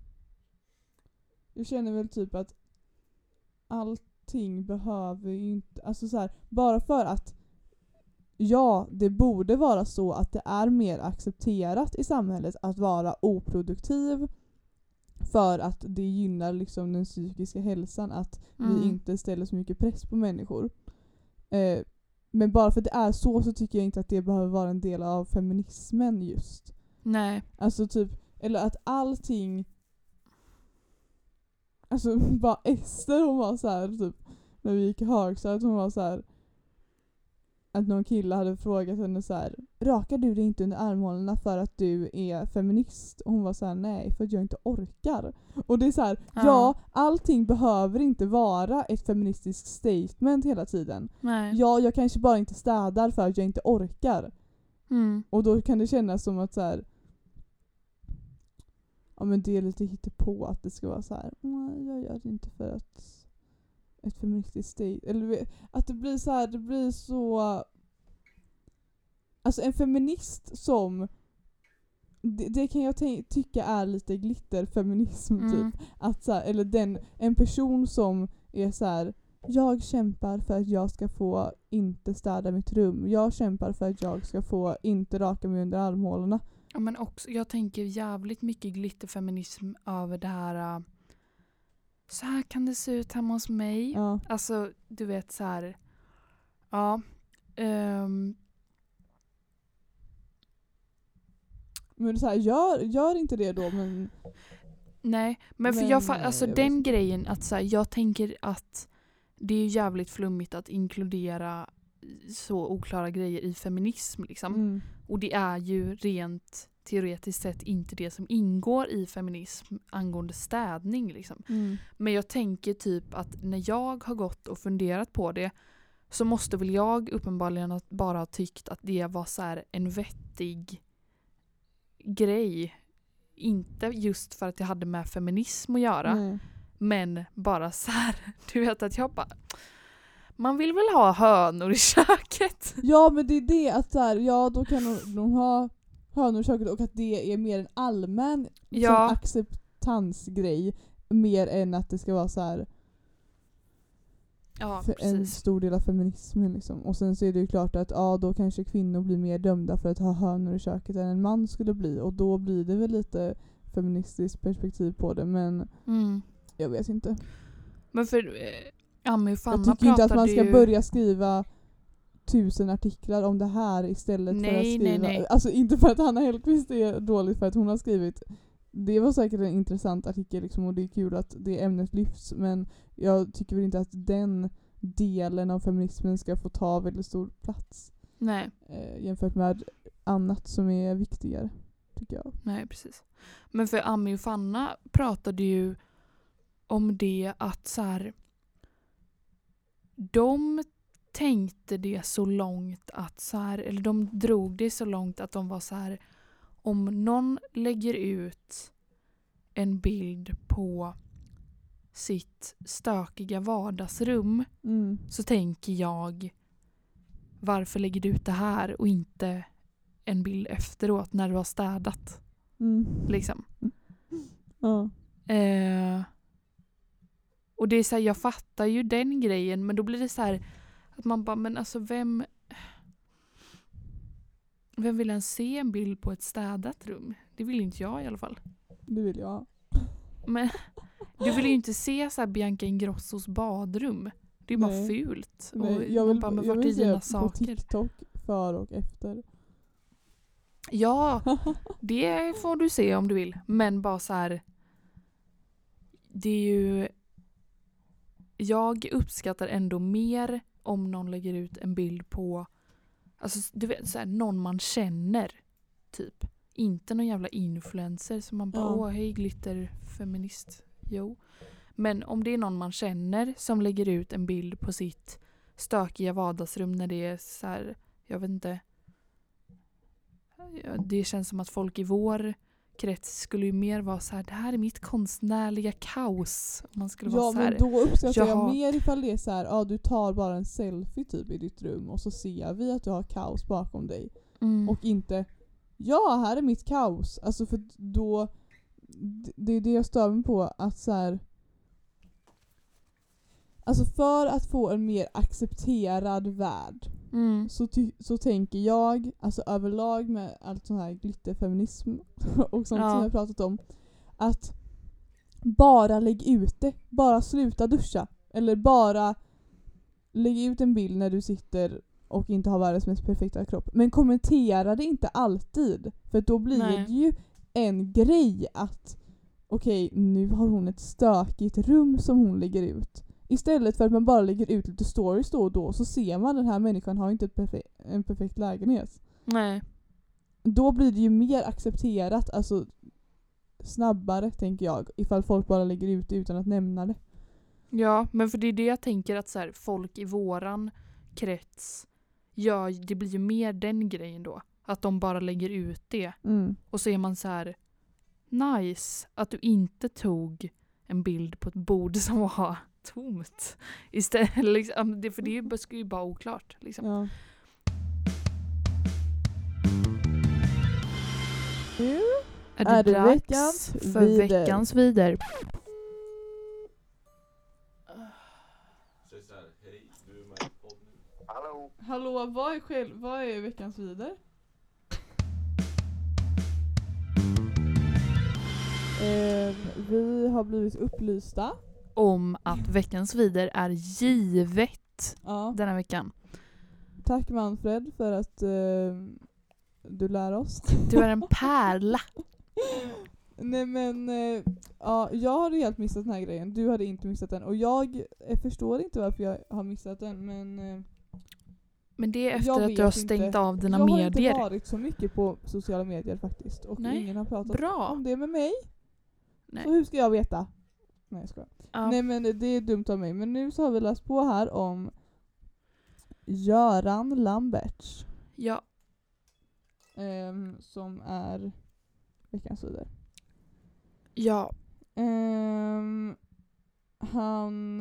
jag känner väl typ att allting behöver ju inte, alltså så här, bara för att ja, det borde vara så att det är mer accepterat i samhället att vara oproduktiv för att det gynnar liksom den psykiska hälsan att Mm. vi inte ställer så mycket press på människor. Eh, men bara för att det är så så tycker jag inte att det behöver vara en del av feminismen just. Nej. Alltså typ, eller att allting alltså bara Ester hon var så här typ när vi gick i högstadiet hon var så här att någon kille hade frågat henne så här: rakar du dig inte under armhålorna för att du är feminist? Och hon var så här: nej, för att jag inte orkar. Och det är så här, Ja. ja, allting behöver inte vara ett feministiskt statement hela tiden. Nej. Ja, jag kanske bara inte städar för att jag inte orkar. Mm. Och då kan det kännas som att så här, ja men det är lite hittepå att det ska vara så här: nej, jag gör det inte för att ett feministiskt state, eller att det blir så här, det blir så alltså en feminist som det, det kan jag ty- tycka är lite glitterfeminism Mm. typ att så här, eller den en person som är så här: jag kämpar för att jag ska få inte städa mitt rum, jag kämpar för att jag ska få inte raka mig under armhålorna. Ja, men också, jag tänker jävligt mycket glitterfeminism över det här. äh, Så här kan det se ut hemma hos mig. Ja. Alltså, du vet så här. Ja. ehm, Men så här, gör, gör inte det då, men nej, men för Men, jag, fa- eh, alltså jag vet den inte. grejen att så här, jag tänker att det är jävligt flummigt att inkludera så oklara grejer i feminism liksom. mm, Och det är ju rent teoretiskt sett inte det som ingår i feminism angående städning liksom. mm, Men jag tänker typ att när jag har gått och funderat på det så måste väl jag uppenbarligen att bara ha tyckt att det var så här en vettig grej. Inte just för att det hade med feminism att göra. Nej. Men bara så här, du vet att jag bara... Man vill väl ha hönor i köket? Ja, men det är det att så här, ja då kan de, de ha hönor i köket och att det är mer en allmän Ja. som acceptansgrej mer än att det ska vara så här Ja, för en precis. stor del av feminismen liksom. Och sen så är det ju klart att ja, då kanske kvinnor blir mer dömda för att ha hönor i köket än en man skulle bli, och då blir det väl lite feministiskt perspektiv på det, men Mm. jag vet inte. Men för eh, Ami och Fanna Jag tycker inte att man ska ju... börja skriva tusen artiklar om det här istället Nej, för att skriva... nej, nej. Alltså inte för att Hanna Hellquist är dålig för att hon har skrivit. Det var säkert en intressant artikel liksom, och det är kul att det ämnet lyfts, men jag tycker väl inte att den delen av feminismen ska få ta väldigt stor plats Nej, eh, jämfört med annat som är viktigare, tycker jag. nej, precis. Men för Ami och Fanna pratade ju om det att så här, de tänkte det så långt att så här, eller de drog det så långt att de var så här, om någon lägger ut en bild på sitt stökiga vardagsrum Mm. så tänker jag, varför lägger du ut det här och inte en bild efteråt när du har städat? Mm. Liksom. Ja. Eh, och det är så här, jag fattar ju den grejen, men då blir det så här att man bara, men alltså vem vem vill ens se en bild på ett städat rum? Det vill inte jag i alla fall. Det vill jag. Men du vill ju inte se så här Bianca Ingrossos badrum. Det är ju bara Nej. fult. Nej, och jag man vill, bara, men jag vart vill är se dina på saker? TikTok för och efter. Ja, det får du se om du vill. Men bara så här, det är ju, jag uppskattar ändå mer om någon lägger ut en bild på, alltså du vet så här, någon man känner typ. Inte någon jävla influencer som man bara, Ja. åh hej glitterfeminist. Jo. Men om det är någon man känner som lägger ut en bild på sitt stökiga vardagsrum när det är så här, jag vet inte. Ja, det känns som att folk i vår krets skulle ju mer vara så här, det här är mitt konstnärliga kaos. Man skulle Ja, vara så här, men då uppskattar jag, jag- mer ifall det är så här, ja du tar bara en selfie typ i ditt rum och så ser vi att du har kaos bakom dig. mm, Och inte, ja här är mitt kaos. Alltså för då, d- det är det jag stör mig på, att så här. Alltså för att få en mer accepterad värld mm, så, ty- så tänker jag, alltså överlag med allt sån här glitterfeminism och sånt Ja. som jag pratat om, att bara lägg ut det. Bara sluta duscha. Eller bara lägg ut en bild när du sitter och inte har världens mest perfekta kropp. Men kommentera det inte alltid. För då blir Nej. det ju en grej att okej, nu har hon ett stökigt rum som hon lägger ut. Istället för att man bara lägger ut lite stories då och då, så ser man den här människan har inte ett perfe- en perfekt lägenhet. nej. Då blir det ju mer accepterat, alltså snabbare tänker jag, ifall folk bara lägger ut det utan att nämna det. Ja, men för det är det jag tänker att så här, folk i våran krets gör, det blir ju mer den grejen då. Att de bara lägger ut det. Mm. Och så är man så här, nice att du inte tog en bild på ett bord som var tomt. Istället, liksom, det, för det är ju- det är ju bara oklart. Liksom. Ja. Nu Är det, är det dags veckans för vider. veckans vider? Så så här, hej, du är med i podden. Hallå? Hallå, vad är, själv, vad är veckans vider? Eh, vi har blivit upplysta. Om att veckans vider är givet Ja. denna veckan. Tack Manfred för att eh, du lär oss. Du är en pärla. Nej men, eh, ja, jag hade helt missat den här grejen. Du hade inte missat den. Och jag eh, förstår inte varför jag har missat den, men eh, Men det är Jag efter att vet du har inte. stängt av dina jag har medier. inte varit så mycket på sociala medier faktiskt. Och Nej, ingen har pratat bra. om det med mig. Nej. Så hur ska jag veta? Nej jag skojar. Ja. Nej men det är dumt av mig. Men nu så har vi läst på här om Göran Lambertz. Ja. ehm, som är veckans vidare. Ja. Um, han...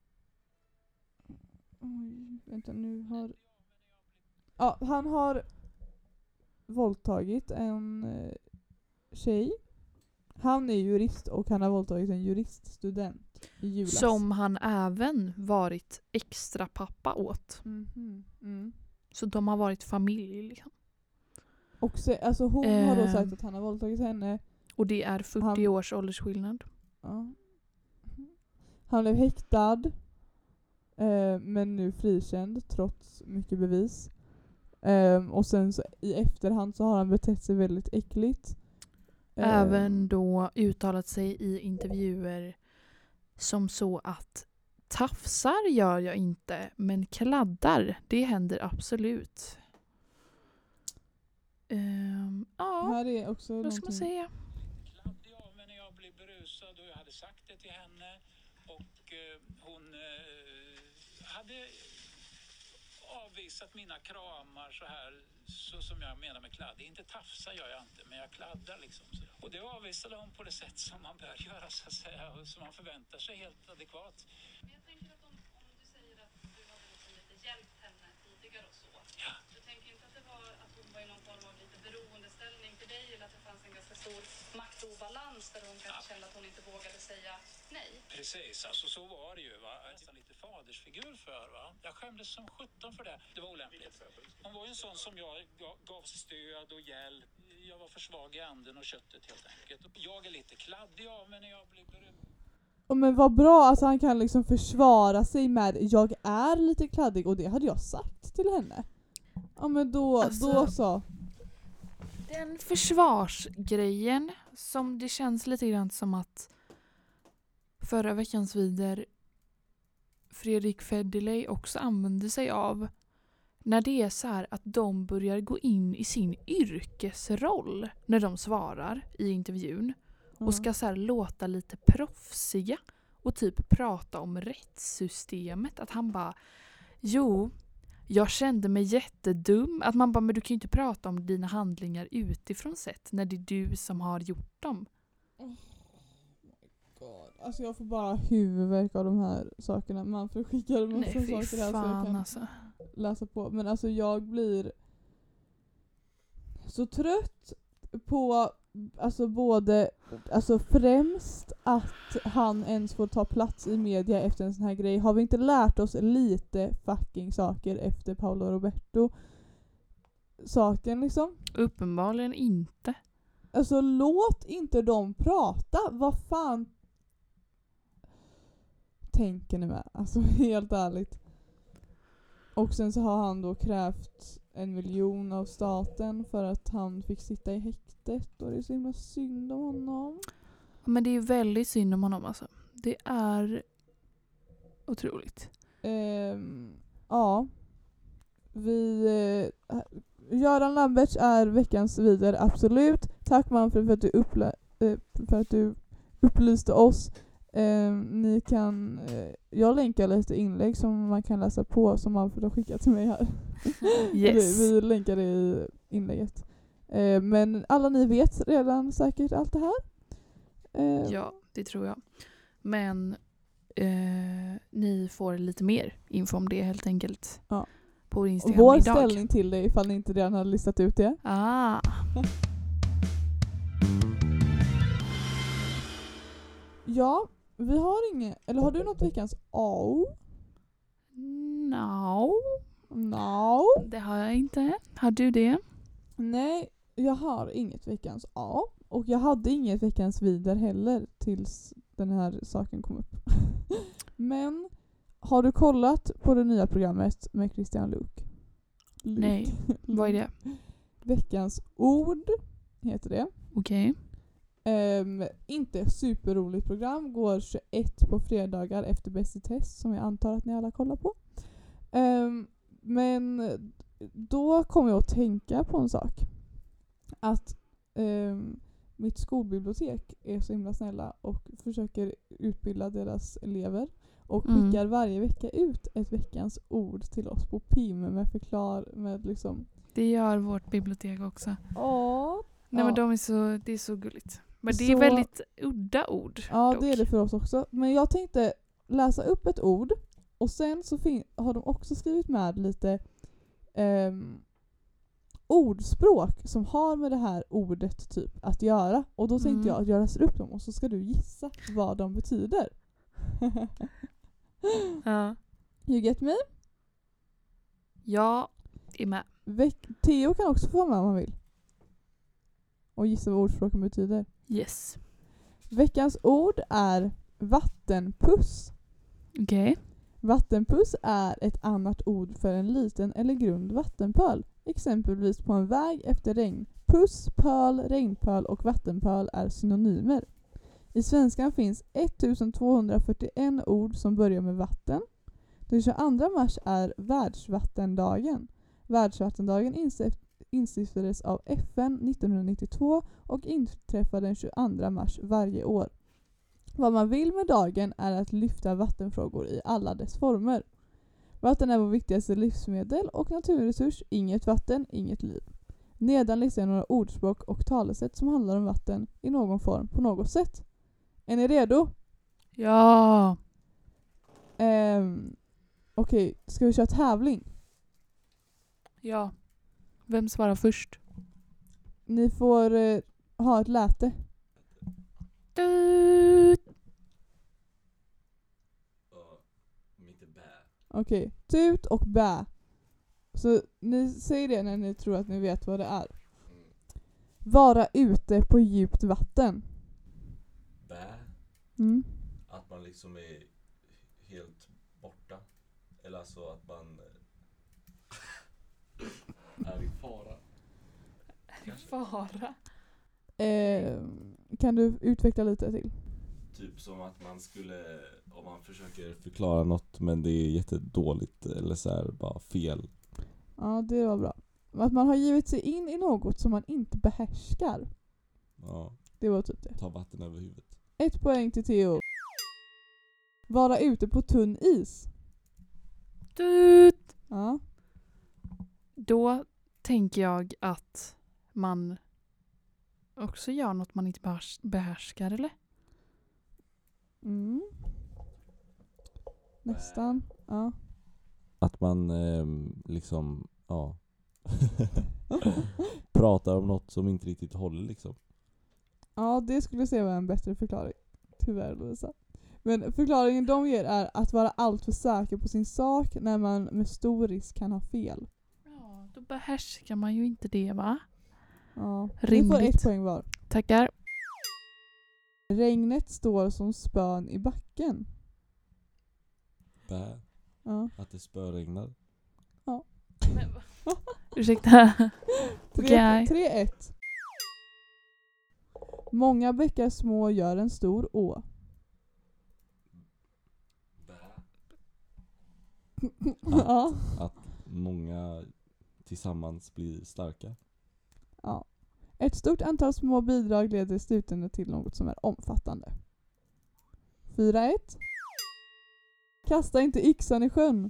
Oj, vänta nu har... Ja, han har våldtagit en eh, tjej. Han är jurist och han har våldtagit en juriststudent i julas. Som han även varit extra pappa åt. Mhm, mm. Så de har varit familj liksom. Och se, alltså hon har då Ehm. sagt att han har våldtagit henne. Och det är fyrtio Han- års åldersskillnad. Ja. Han blev häktad. Eh, men nu frikänd trots mycket bevis. Eh, och sen så, i efterhand så har han betett sig väldigt äckligt. Eh, Även då uttalat sig i intervjuer som så att tafsar gör jag inte, men kladdar, det händer absolut. Ehm, ja, Här är också vad ska man någonting. säga? Kladdig av mig när jag blev berusad och jag hade sagt det till henne och eh, hon eh, hade avvisat mina kramar så här så som jag menar med kladdig. Inte tafsa gör jag inte, men jag kladdar liksom. Så. Och det avvisade hon på det sätt som man bör göra så att säga och som man förväntar sig helt adekvat. Men jag tänker att om, om du säger att du hade liksom lite hjälpt henne tidigare och så. Ja. Du tänker inte att det var att hon var i någon form av lite beroendeställning till dig eller att det fanns en ganska stor maktobalans där hon kanske Ja. kände att hon inte vågade säga nej? Precis, alltså så var det ju va. Nästan lite fadersfigur för va. Jag skämdes som sjutton för det. Det var olämpligt. Hon var ju en sån som jag ga- gav stöd och hjälp. Jag var för svag i anden och köttet helt enkelt. Jag är lite kladdig av mig när jag blir berömd. Oh, men vad bra, alltså han kan liksom försvara sig med jag är lite kladdig och det hade jag sagt till henne. Ja men då, Alltså- då så. Den försvarsgrejen som det känns lite grann som att förra veckans vider Fredrik Federley också använde sig av när det är så här att de börjar gå in i sin yrkesroll när de svarar i intervjun Ja. och ska så här låta lite proffsiga och typ prata om rättssystemet. Att han bara, jo, jag kände mig jättedum. Att man bara, men du kan ju inte prata om dina handlingar utifrån sett när det är du som har gjort dem. God. Alltså jag får bara huvudvärk av de här sakerna. Man får skicka en massa Nej, fy saker här så jag fan kan alltså. läsa på. Men alltså jag blir så trött på alltså både alltså främst att han ens får ta plats i media efter en sån här grej. Har vi inte lärt oss lite fucking saker efter Paolo Roberto saken liksom? Uppenbarligen inte. Alltså låt inte dem prata. Vad fan tänker ni med? Alltså helt ärligt. Och sen så har han då krävt en miljon av staten för att han fick sitta i häktet. Och det är så himla synd om honom. Men det är väldigt synd om honom alltså. Det är otroligt. Ehm, ja. Vi... Eh, Göran Lamberts är veckans vidare, absolut. Tack Manfred för att du, upplä- eh, för att du upplyste oss. Eh, ni kan, eh, jag länkar lite inlägg som man kan läsa på som Manfred har skickat till mig här. Yes. vi, vi länkar det i inlägget. Eh, men alla ni vet redan säkert allt det här. Eh, Ja, det tror jag. Men eh, ni får lite mer info om det helt enkelt. Ja. På och Instagram vår idag. ställning till det ifall ni inte redan har listat ut det. Ah. Ja, vi har inget. Eller har du något veckans A O? No, No. det har jag inte. Har du det? Nej, jag har inget veckans A. Och jag hade inget veckans vidare heller tills den här saken kom upp. Men har du kollat på det nya programmet med Christian Luuk? Luuk. Nej, vad är det? Veckans ord heter det. Okej. Um, inte superroligt program. Går tjugoett på fredagar efter Bäst i test som jag antar att ni alla kollar på. Um, men då kom jag att tänka på en sak. Att um, mitt skolbibliotek är så himla snälla och försöker utbilda deras elever. Och Mm. skickar varje vecka ut ett veckans ord till oss på P I M med förklar med liksom Det gör vårt bibliotek också. ja, Nej Ja. men de är så, det är så gulligt. Men det är Så- väldigt udda ord. Ja, dock. det är det för oss också. Men jag tänkte läsa upp ett ord och sen så fin- har de också skrivit med lite ehm, ordspråk som har med det här ordet typ att göra. Och då tänkte Mm. jag att jag läser upp dem och så ska du gissa vad de betyder. Ja. You get me? Jag är med. Veck- Theo kan också få vara med om han vill. Och gissa vad ordspråken betyder. Yes. Veckans ord är vattenpuss. Okej. Vattenpuss är ett annat ord för en liten eller grund vattenpöl. Exempelvis på en väg efter regn. Puss, pöl, regnpöl och vattenpöl är synonymer. I svenskan finns ettusentvåhundrafyrtioett ord som börjar med vatten. Den tjugoandra mars är världsvattendagen. Världsvattendagen instif- instiftades av F N nittonhundranittiotvå och inträffar den tjugoandra mars varje år. Vad man vill med dagen är att lyfta vattenfrågor i alla dess former. Vatten är vår viktigaste livsmedel och naturresurs. Inget vatten, inget liv. Nedan listar jag några ordspråk och talesätt som handlar om vatten i någon form på något sätt. Är ni redo? Ja. Ehm, Okej, ska vi köra tävling? Ja. Vem svarar först? Ni får eh, ha ett läte. Du. Ja, mitt är bä. Okej, tut och bä. Så ni säger det när ni tror att ni vet vad det är. Mm. Vara ute på djupt vatten. Bä, Mm. att man liksom är helt borta. Eller alltså att man eh, är i fara. Fara. Eh, kan du utveckla lite till? Typ som att man skulle, om man försöker förklara något men det är jättedåligt eller så här bara fel. Ja, det var bra. Att man har givit sig in i något som man inte behärskar. Ja, Det var typ det. ta vatten över huvudet. Ett poäng till Theo. Vara ute på tunn is. Tut. Ja. Då tänker jag att man också gör något man inte behärs- behärskar, eller? Mm. Nästan. Ja. Att man eh, liksom, ja pratar om något som inte riktigt håller liksom. Ja, det skulle jag säga var en bättre förklaring. Tyvärr, Louisa. Men förklaringen de ger är att vara alltför säker på sin sak när man med stor risk kan ha fel. Ja, då behärskar man ju inte det, va? Ja. Ni får Rimligt. ett poäng var. Tackar. Regnet står som spön i backen. Bä, Ja. att det spöregnar. Men, ursäkta. tre Okej. tre ett. Många bäckar små gör en stor å. Bä, Ja. att många tillsammans blir starka. Ja. Ett stort antal små bidrag leder i slutändan till något som är omfattande. fyra ett. Kasta inte yxan i sjön.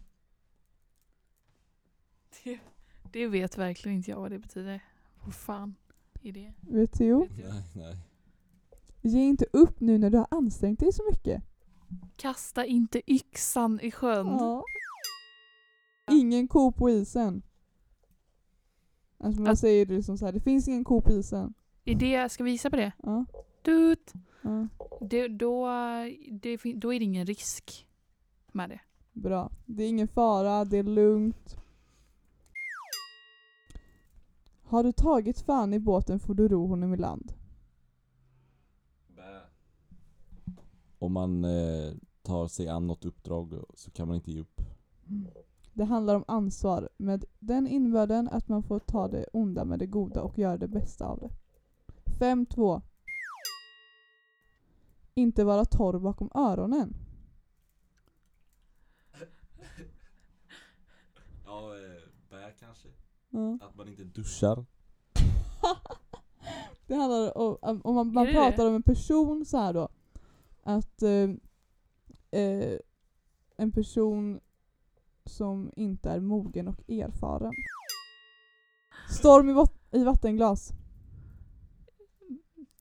Det, det vet verkligen inte jag vad det betyder. Vad fan är det? Vet Theo? Vet du? Nej, nej. Ge inte upp nu när du har ansträngt dig så mycket. Kasta inte yxan i sjön. Ja. Ingen ko på isen. Alltså man Att- säger det liksom så här, det finns ingen ko på isen. Är det, ska vi gissa på det? Ja. Tut. Ja. Det, då, det, fin- då är det ingen risk med det. Bra. Det är ingen fara, det är lugnt. Har du tagit fan i båten får du ro honom i land. Bä. Om man eh, tar sig an något uppdrag så kan man inte ge upp. Det handlar om ansvar med den innebörden att man får ta det onda med det goda och göra det bästa av det. fem två. Inte vara torr bakom öronen. Ja, eh, bä kanske. Ja. Att man inte duschar. Det handlar om, om man, man Är det pratar det? om en person så här då. Att eh, eh, en person som inte är mogen och erfaren. Storm i, vot- i vattenglas.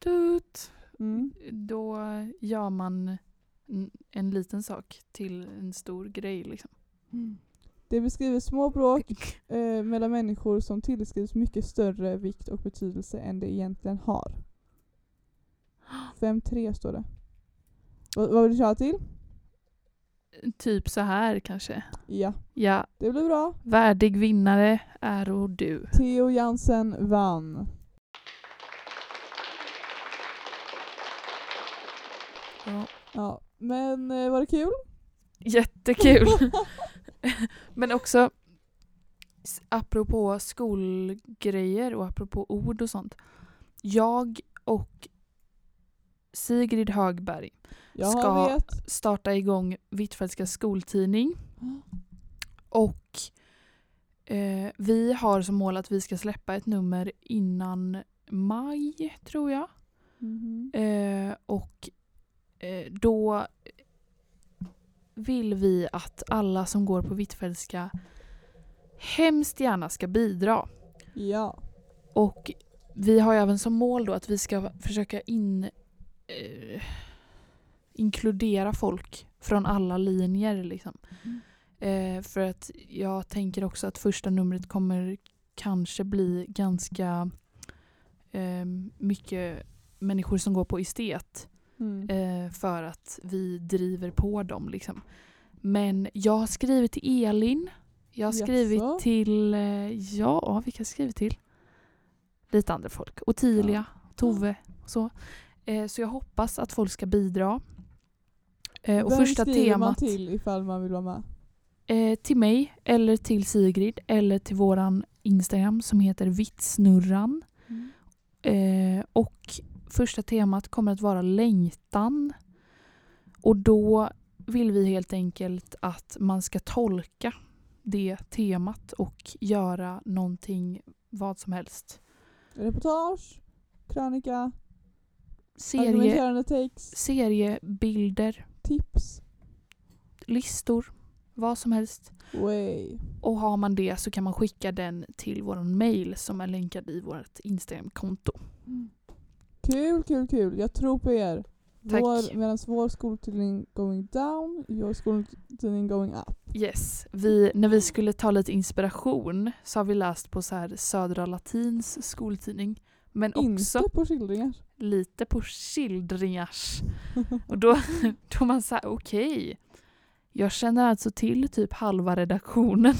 Tut. Mm. Då gör man en, en liten sak till en stor grej liksom. Det beskriver små bråk eh, mellan människor som tillskrivs mycket större vikt och betydelse än det egentligen har. fem tre står det. V- vad vill du köra till? Typ så här kanske. Ja, Ja, det blir bra. värdig vinnare är och du. Theo Jansen vann. Ja. Ja, men eh, var det kul? Jättekul. Men också s- apropå skolgrejer och apropå ord och sånt. Jag och Sigrid Högberg Jag Ska- vet. starta igång Hvitfeldtska skoltidning. Och eh, vi har som mål att vi ska släppa ett nummer innan maj, tror jag. Mhm. Eh, och eh, då vill vi att alla som går på Hvitfeldtska hemskt gärna ska bidra. Ja. Och vi har även som mål då att vi ska försöka in, eh, inkludera folk från alla linjer. Liksom. Mm. Eh, för att jag tänker också att första numret kommer kanske bli ganska eh, mycket människor som går på estet. Mm. Eh, för att vi driver på dem. Liksom. Men jag har skrivit till Elin. Jag har skrivit Jaså? till... Eh, ja, vilka har jag skrivit till? Lite andra folk. Ottilia, Tove och så. Eh, så jag hoppas att folk ska bidra. Eh, och Vem första skriver man temat till ifall man vill vara med? eh, till mig eller till Sigrid eller till våran Instagram som heter Vittsnurran. Mm. Eh, och första temat kommer att vara längtan. Och då vill vi helt enkelt att man ska tolka det temat och göra någonting, vad som helst. Reportage, krönika, Serie, argumenterande text, seriebilder, tips. listor, vad som helst. Way. Och har man det så kan man skicka den till våran mail som är länkad i vårt Instagram-konto. Mm. Kul, kul, kul. Jag tror på er. Tack. Vår, medan vår skoltidning going down, your skoltidning going up. Yes, vi, när vi skulle ta lite inspiration så har vi läst på så här Södra Latins skoltidning. Men också Inte på skildringar. lite på skildringars. Och då, då man säger okej, jag känner alltså till typ halva redaktionen.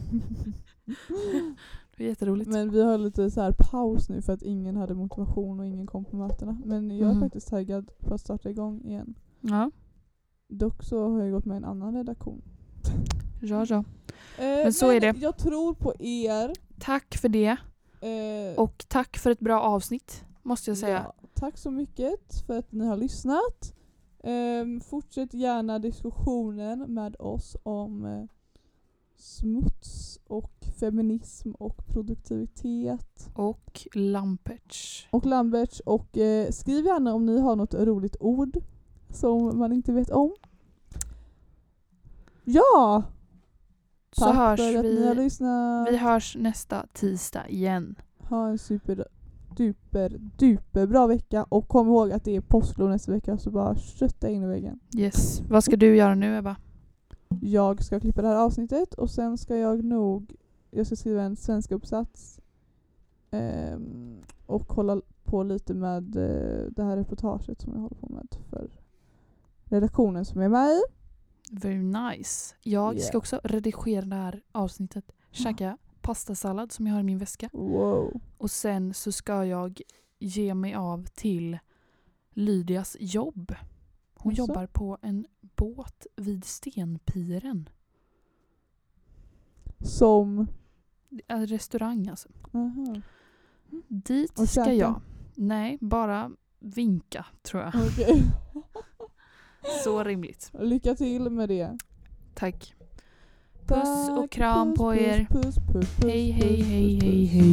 Det är jätteroligt. Men vi har lite så här paus nu för att ingen hade motivation och ingen kom på mötena. Men jag är Mm. faktiskt taggad på att starta igång igen. Ja, Dock så har jag gått med en annan redaktion. ja, ja. Eh, Men så är det. Jag tror på er. Tack för det. Eh, Och tack för ett bra avsnitt, måste jag säga. Ja, tack så mycket för att ni har lyssnat. Ehm, fortsätt gärna diskussionen med oss om eh, smuts och feminism och produktivitet Och Lampertz. och Lamberts. Och eh, skriv gärna om ni har något roligt ord som man inte vet om. Ja! Så Tack hörs för att ni har vi. lyssnat. Vi hörs nästa tisdag igen. Ha en super duper duper bra vecka och kom ihåg att det är påsklov nästa vecka, så bara kötta in i väggen. Yes. Vad ska du göra nu, Ebba? Jag ska klippa det här avsnittet och sen ska jag nog jag ska skriva en svensk uppsats ehm, och kolla på lite med eh, det här reportaget som jag håller på med för redaktionen som är med i. Very nice. Jag Yeah. ska också redigera det här avsnittet. Käka pastasallad som jag har i min väska. Wow. Och sen så ska jag ge mig av till Lydias jobb. Hon Jaså? jobbar på en båt vid Stenpiren. Som En restaurang alltså. aha. Dit Och ska käka? jag. Nej, bara vinka tror jag. Okej. Så rimligt. Lycka till med det. Tack. Puss och Tack, kram puss, på puss, er. Puss, puss, puss, Hej, hej, puss, hej, puss, hej, puss. hej.